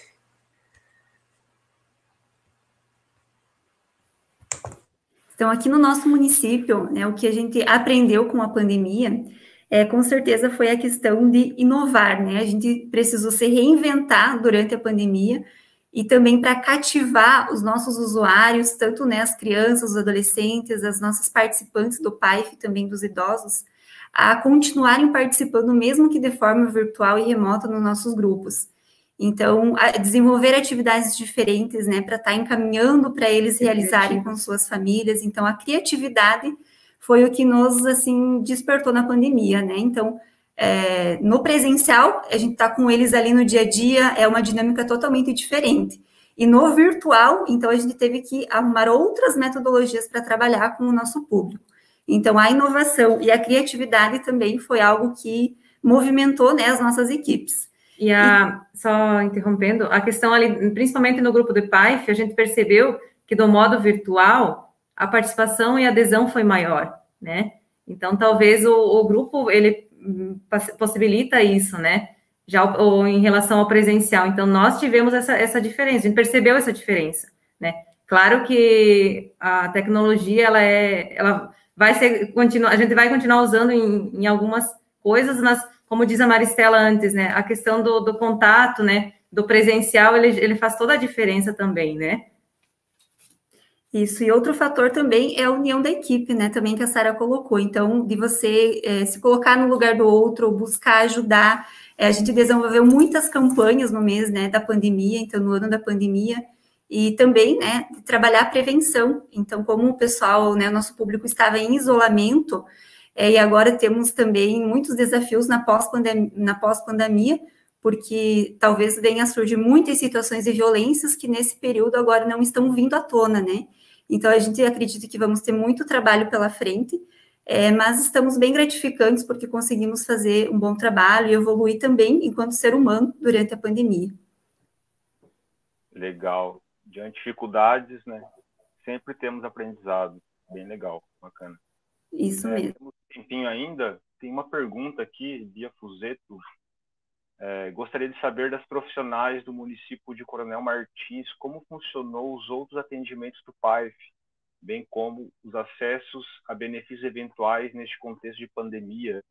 Então, aqui no nosso município, né, o que a gente aprendeu com a pandemia, é, com certeza foi a questão de inovar, né? A gente precisou se reinventar durante a pandemia e também para cativar os nossos usuários, tanto, né, as crianças, os adolescentes, as nossas participantes do P A I F e também dos idosos, a continuarem participando, mesmo que de forma virtual e remota, nos nossos grupos. Então, desenvolver atividades diferentes, né, para estar encaminhando para eles realizarem com suas famílias. Então, a criatividade foi o que nos, assim, despertou na pandemia, né? Então, é, no presencial, a gente está com eles ali no dia a dia, é uma dinâmica totalmente diferente. E no virtual, então, a gente teve que arrumar outras metodologias para trabalhar com o nosso público. Então, a inovação e a criatividade também foi algo que movimentou, né, as nossas equipes. E a, só interrompendo, a questão ali, principalmente no grupo do P A I F, a gente percebeu que do modo virtual, a participação e adesão foi maior, né? Então, talvez o, o grupo, ele possibilita isso, né? Já ou em relação ao presencial. Então, nós tivemos essa, essa diferença, a gente percebeu essa diferença, né? Claro que a tecnologia, ela é, ela vai ser, continua, a gente vai continuar usando em, em algumas coisas, mas como diz a Maristela antes, né, a questão do, do contato, né, do presencial, ele, ele faz toda a diferença também, né? Isso, e outro fator também é a união da equipe, né, também que a Sara colocou. Então, de você é, se colocar no lugar do outro, buscar ajudar. É, a gente desenvolveu muitas campanhas no mês, né, da pandemia, então, no ano da pandemia, e também, né, de trabalhar a prevenção. Então, como o pessoal, né, nosso público estava em isolamento, É, e agora temos também muitos desafios na pós-pandemia, na pós-pandemia, porque talvez venha a surgir muitas situações de violências que nesse período agora não estão vindo à tona, né? Então, a gente acredita que vamos ter muito trabalho pela frente, é, mas estamos bem gratificantes porque conseguimos fazer um bom trabalho e evoluir também enquanto ser humano durante a pandemia. Legal. Diante de dificuldades, né? Sempre temos aprendizado. Bem legal, bacana. Isso é, mesmo. Temos um tempinho ainda, tem uma pergunta aqui, Bia Fuzeto. É, gostaria de saber das profissionais do município de Coronel Martins, como funcionou os outros atendimentos do P A I F, bem como os acessos a benefícios eventuais neste contexto de pandemia.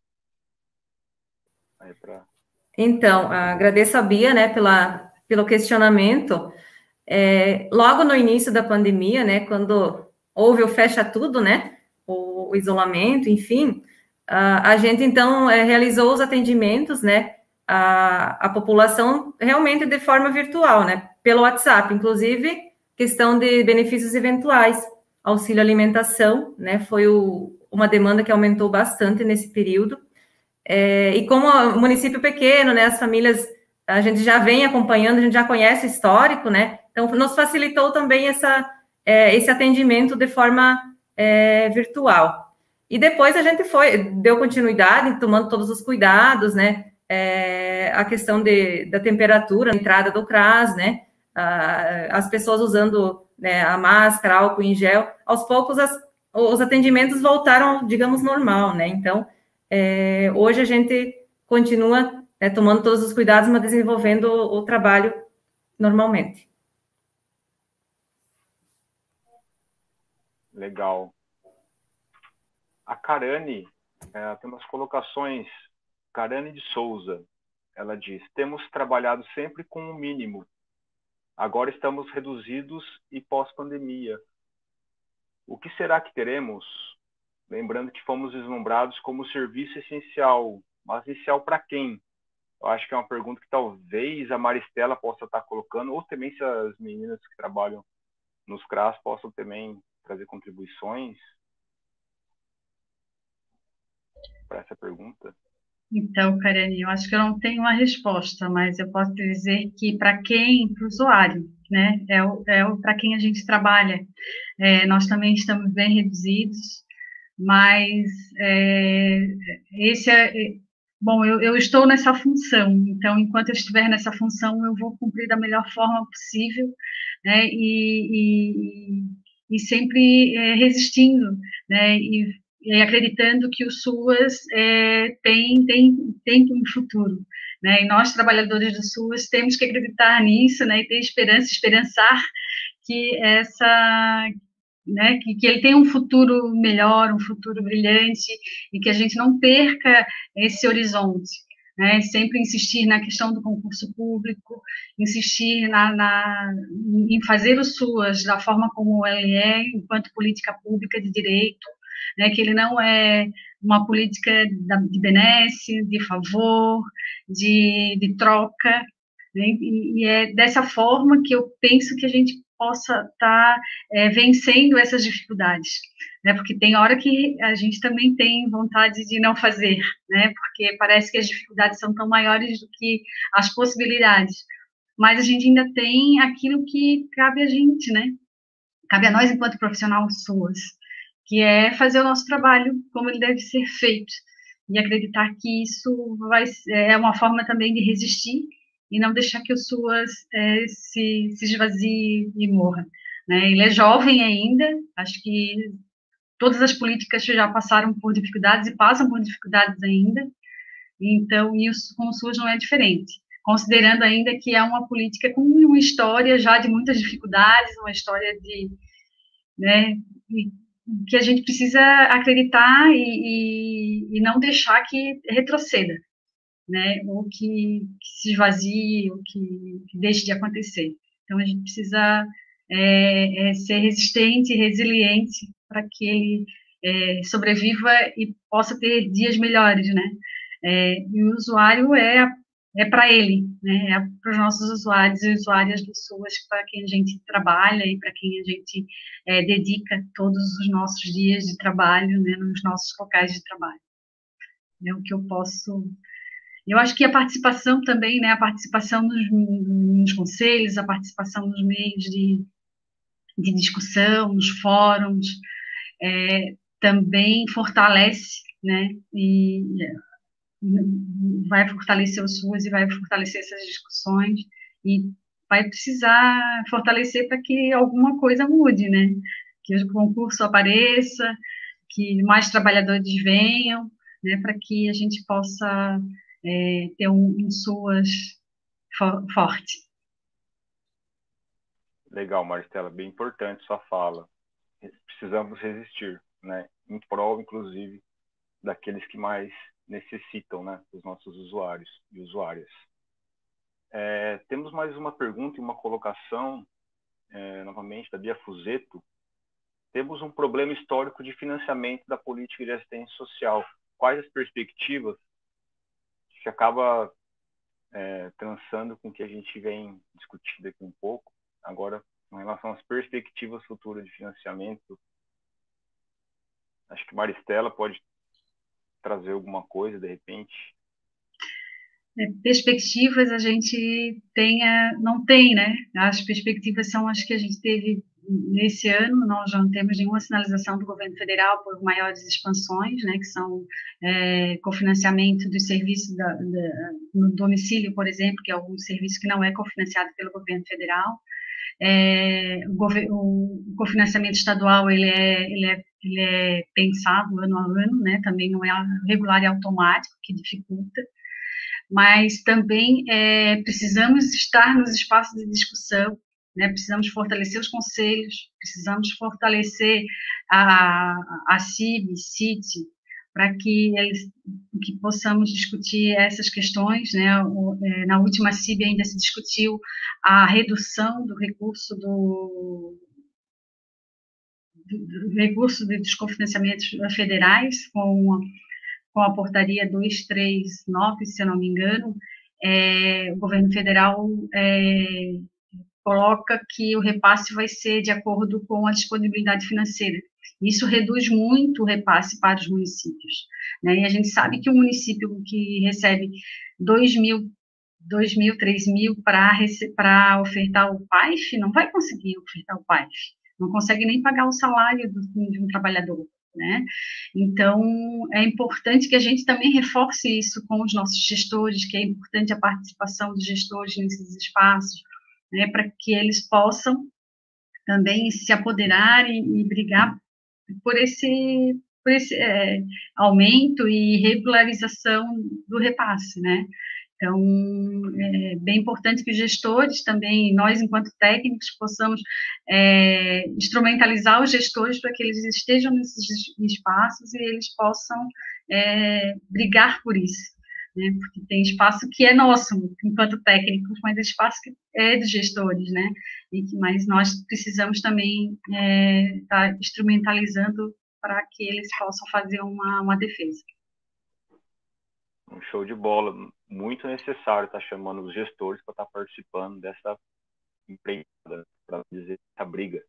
Aí pra... Então, agradeço a Bia, né, pela, pelo questionamento. É, logo no início da pandemia, né, quando houve o fecha tudo, né, o, o isolamento, enfim, a, a gente, então, é, realizou os atendimentos, né, a, a população realmente de forma virtual, né, pelo WhatsApp, inclusive, questão de benefícios eventuais, auxílio alimentação, né, foi o, uma demanda que aumentou bastante nesse período, é, e como o município pequeno, né, as famílias, a gente já vem acompanhando, a gente já conhece o histórico, né, então nos facilitou também essa, é, esse atendimento de forma é, virtual. E depois a gente foi, deu continuidade, tomando todos os cuidados, né, é, a questão de, da temperatura, a entrada do C R A S, né, a, as pessoas usando, né, a máscara, álcool em gel, aos poucos as, os atendimentos voltaram, digamos, normal, né? Então, é, hoje a gente continua é, tomando todos os cuidados, mas desenvolvendo o, o trabalho normalmente. Legal. A Karane, é, tem umas colocações. Karane de Souza, ela diz: temos trabalhado sempre com o mínimo. Agora estamos reduzidos e pós-pandemia. O que será que teremos? Lembrando que fomos vislumbrados como serviço essencial. Mas essencial para quem? Eu acho que é uma pergunta que talvez a Maristela possa estar colocando, ou também se as meninas que trabalham nos C R A S possam também trazer contribuições para essa pergunta. Então, Karane, eu acho que eu não tenho uma resposta, mas eu posso dizer que para quem, para o usuário, né, é o, é o para quem a gente trabalha. É, nós também estamos bem reduzidos, mas é, esse é, bom, eu, eu estou nessa função, então, enquanto eu estiver nessa função, eu vou cumprir da melhor forma possível, né, e, e, e sempre é, resistindo, né, e E acreditando que o SUAS é, tem, tem, tem um futuro, né? E nós, trabalhadores do SUAS, temos que acreditar nisso, né? E ter esperança, esperançar que essa, né? Que, que ele tem um futuro melhor, um futuro brilhante, e que a gente não perca esse horizonte, né? Sempre insistir na questão do concurso público, insistir na, na, em fazer o SUAS da forma como ele é, enquanto política pública de direito, né, que ele não é uma política de benesse, de favor, de, de troca, né, e, e é dessa forma que eu penso que a gente possa estar tá, é, vencendo essas dificuldades, né, porque tem hora que a gente também tem vontade de não fazer, né, porque parece que as dificuldades são tão maiores do que as possibilidades, mas a gente ainda tem aquilo que cabe a gente, né, cabe a nós enquanto profissional SUAS, que é fazer o nosso trabalho como ele deve ser feito, e acreditar que isso vai, é uma forma também de resistir, e não deixar que o SUAS é, se, se esvazie e morra, né? Ele é jovem ainda, acho que todas as políticas já passaram por dificuldades e passam por dificuldades ainda, então, e com o SUAS não é diferente, considerando ainda que é uma política com uma história já de muitas dificuldades, uma história de, né, de, que a gente precisa acreditar e, e, e não deixar que retroceda, né, ou que, que se esvazie, ou que, que deixe de acontecer. Então, a gente precisa é, é, ser resistente e resiliente para que ele é, sobreviva e possa ter dias melhores, né, é, e o usuário é é para ele, né, é para os nossos usuários e usuárias do SUAS, para quem a gente trabalha e para quem a gente é, dedica todos os nossos dias de trabalho, né, nos nossos locais de trabalho. É o que eu posso... Eu acho que a participação também, né, a participação nos, nos conselhos, a participação nos meios de, de discussão, nos fóruns, é, também fortalece, né, e vai fortalecer o SUAS e vai fortalecer essas discussões e vai precisar fortalecer para que alguma coisa mude, né? Que o concurso apareça, que mais trabalhadores venham, né? Para que a gente possa é, ter um, um SUAS for, forte. Legal, Maristela, bem importante sua fala. Precisamos resistir, né? Em prol, inclusive, daqueles que mais necessitam, né, dos nossos usuários e usuárias. É, temos mais uma pergunta e uma colocação, é, novamente, da Bia Fuzeto. Temos um problema histórico de financiamento da política de assistência social. Quais as perspectivas? Que acaba é, trançando com o que a gente vem discutindo aqui um pouco, agora, em relação às perspectivas futuras de financiamento. Acho que Maristela pode trazer alguma coisa, de repente? Perspectivas a gente tenha, não tem, né? As perspectivas são as que a gente teve nesse ano. Nós já não temos nenhuma sinalização do governo federal por maiores expansões, né? Que são é, cofinanciamento dos serviços da, da, no domicílio, por exemplo, que é um serviço que não é cofinanciado pelo governo federal. É, o, o, o cofinanciamento estadual ele é, ele, é, ele é pensado ano a ano, né? Também não é regular e automático, que dificulta, mas também é, precisamos estar nos espaços de discussão, né? Precisamos fortalecer os conselhos, precisamos fortalecer a, a C I B, C I T, para que, eles, que possamos discutir essas questões, né? O, é, na última C I B ainda se discutiu a redução do recurso do, do, do recurso de, dos cofinanciamentos federais com, com a portaria duzentos e trinta e nove, se eu não me engano. É, o governo federal é, coloca que o repasse vai ser de acordo com a disponibilidade financeira. Isso reduz muito o repasse para os municípios, né? E a gente sabe que um município que recebe dois mil, dois mil, três mil para ofertar o P A I F, não vai conseguir ofertar o P A I F, não consegue nem pagar o salário do, de um trabalhador, né? Então, é importante que a gente também reforce isso com os nossos gestores, que é importante a participação dos gestores nesses espaços, né, para que eles possam também se apoderar e, e brigar por esse, por esse é, aumento e regularização do repasse, né? Então, é bem importante que os gestores também, nós, enquanto técnicos, possamos é, instrumentalizar os gestores para que eles estejam nesses espaços e eles possam é, brigar por isso, né? Porque tem espaço que é nosso, enquanto técnicos, mas espaço que é dos gestores, né? E que, mas nós precisamos também estar é, tá instrumentalizando para que eles possam fazer uma, uma defesa. Um show de bola, muito necessário estar chamando os gestores para estar participando dessa empreitada, para dizer, essa briga.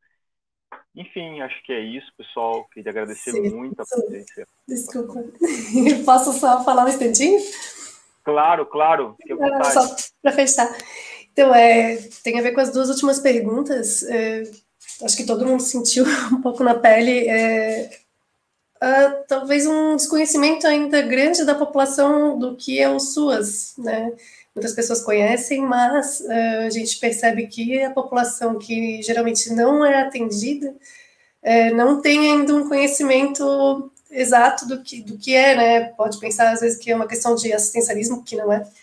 Enfim, acho que é isso, pessoal. Queria agradecer Sim, muito a presença. Desculpa. Posso só falar um instantinho? Claro, claro. Fique à vontade. Só para fechar. Então, é, tem a ver com as duas últimas perguntas. É, acho que todo mundo sentiu um pouco na pele. É, Uh, talvez um desconhecimento ainda grande da população do que é o SUAS, né? Muitas pessoas conhecem, mas uh, a gente percebe que a população que geralmente não é atendida uh, não tem ainda um conhecimento exato do que, do que é, né? Pode pensar, às vezes, que é uma questão de assistencialismo, que não é.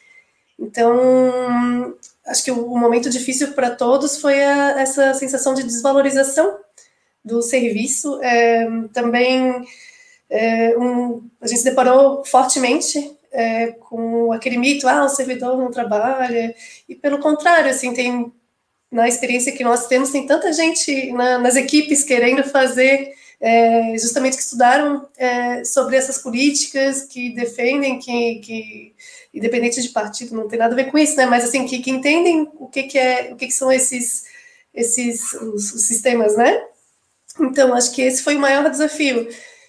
Então, acho que o, o momento difícil para todos foi a, essa sensação de desvalorização do serviço, é, também é, um, a gente se deparou fortemente é, com aquele mito, ah, o servidor não trabalha, e pelo contrário, assim, tem, na experiência que nós temos, tem tanta gente na, nas equipes querendo fazer, é, justamente que estudaram é, sobre essas políticas, que defendem, que, que, independente de partido, não tem nada a ver com isso, né, mas assim, que, que entendem o que, que, é, o que, que são esses, esses os, os sistemas, né. Então, acho que esse foi o maior desafio.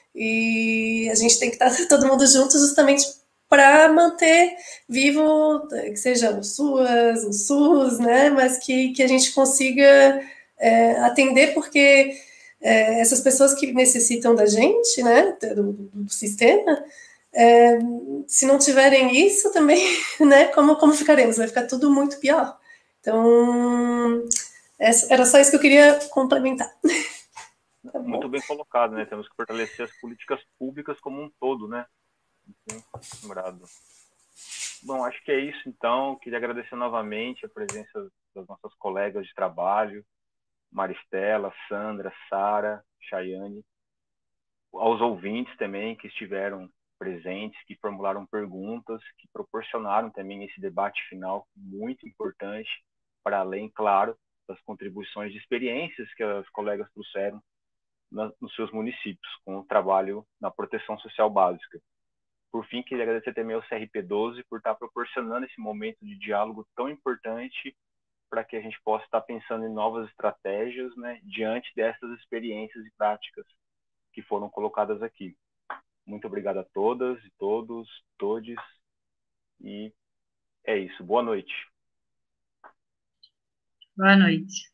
E a gente tem que estar todo mundo junto justamente para manter vivo, que seja o SUAS, o SUS, né? Mas que, que a gente consiga é, atender, porque é, essas pessoas que necessitam da gente, né? Do, do sistema, é, se não tiverem isso também, né? Como, como ficaremos? Vai ficar tudo muito pior. Então, era só isso que eu queria complementar. Tá muito bem colocado, né? Temos que fortalecer as políticas públicas como um todo, né? Lembrado. Bom, acho que é isso, então. Queria agradecer novamente a presença das nossas colegas de trabalho, Maristela, Sandra, Sara, Chayane, aos ouvintes também que estiveram presentes, que formularam perguntas, que proporcionaram também esse debate final muito importante, para além, claro, das contribuições de experiências que as colegas trouxeram nos seus municípios, com o trabalho na proteção social básica. Por fim, queria agradecer também ao C R P doze por estar proporcionando esse momento de diálogo tão importante para que a gente possa estar pensando em novas estratégias, né, diante dessas experiências e práticas que foram colocadas aqui. Muito obrigado a todas e todos, todes, e é isso. Boa noite. Boa noite.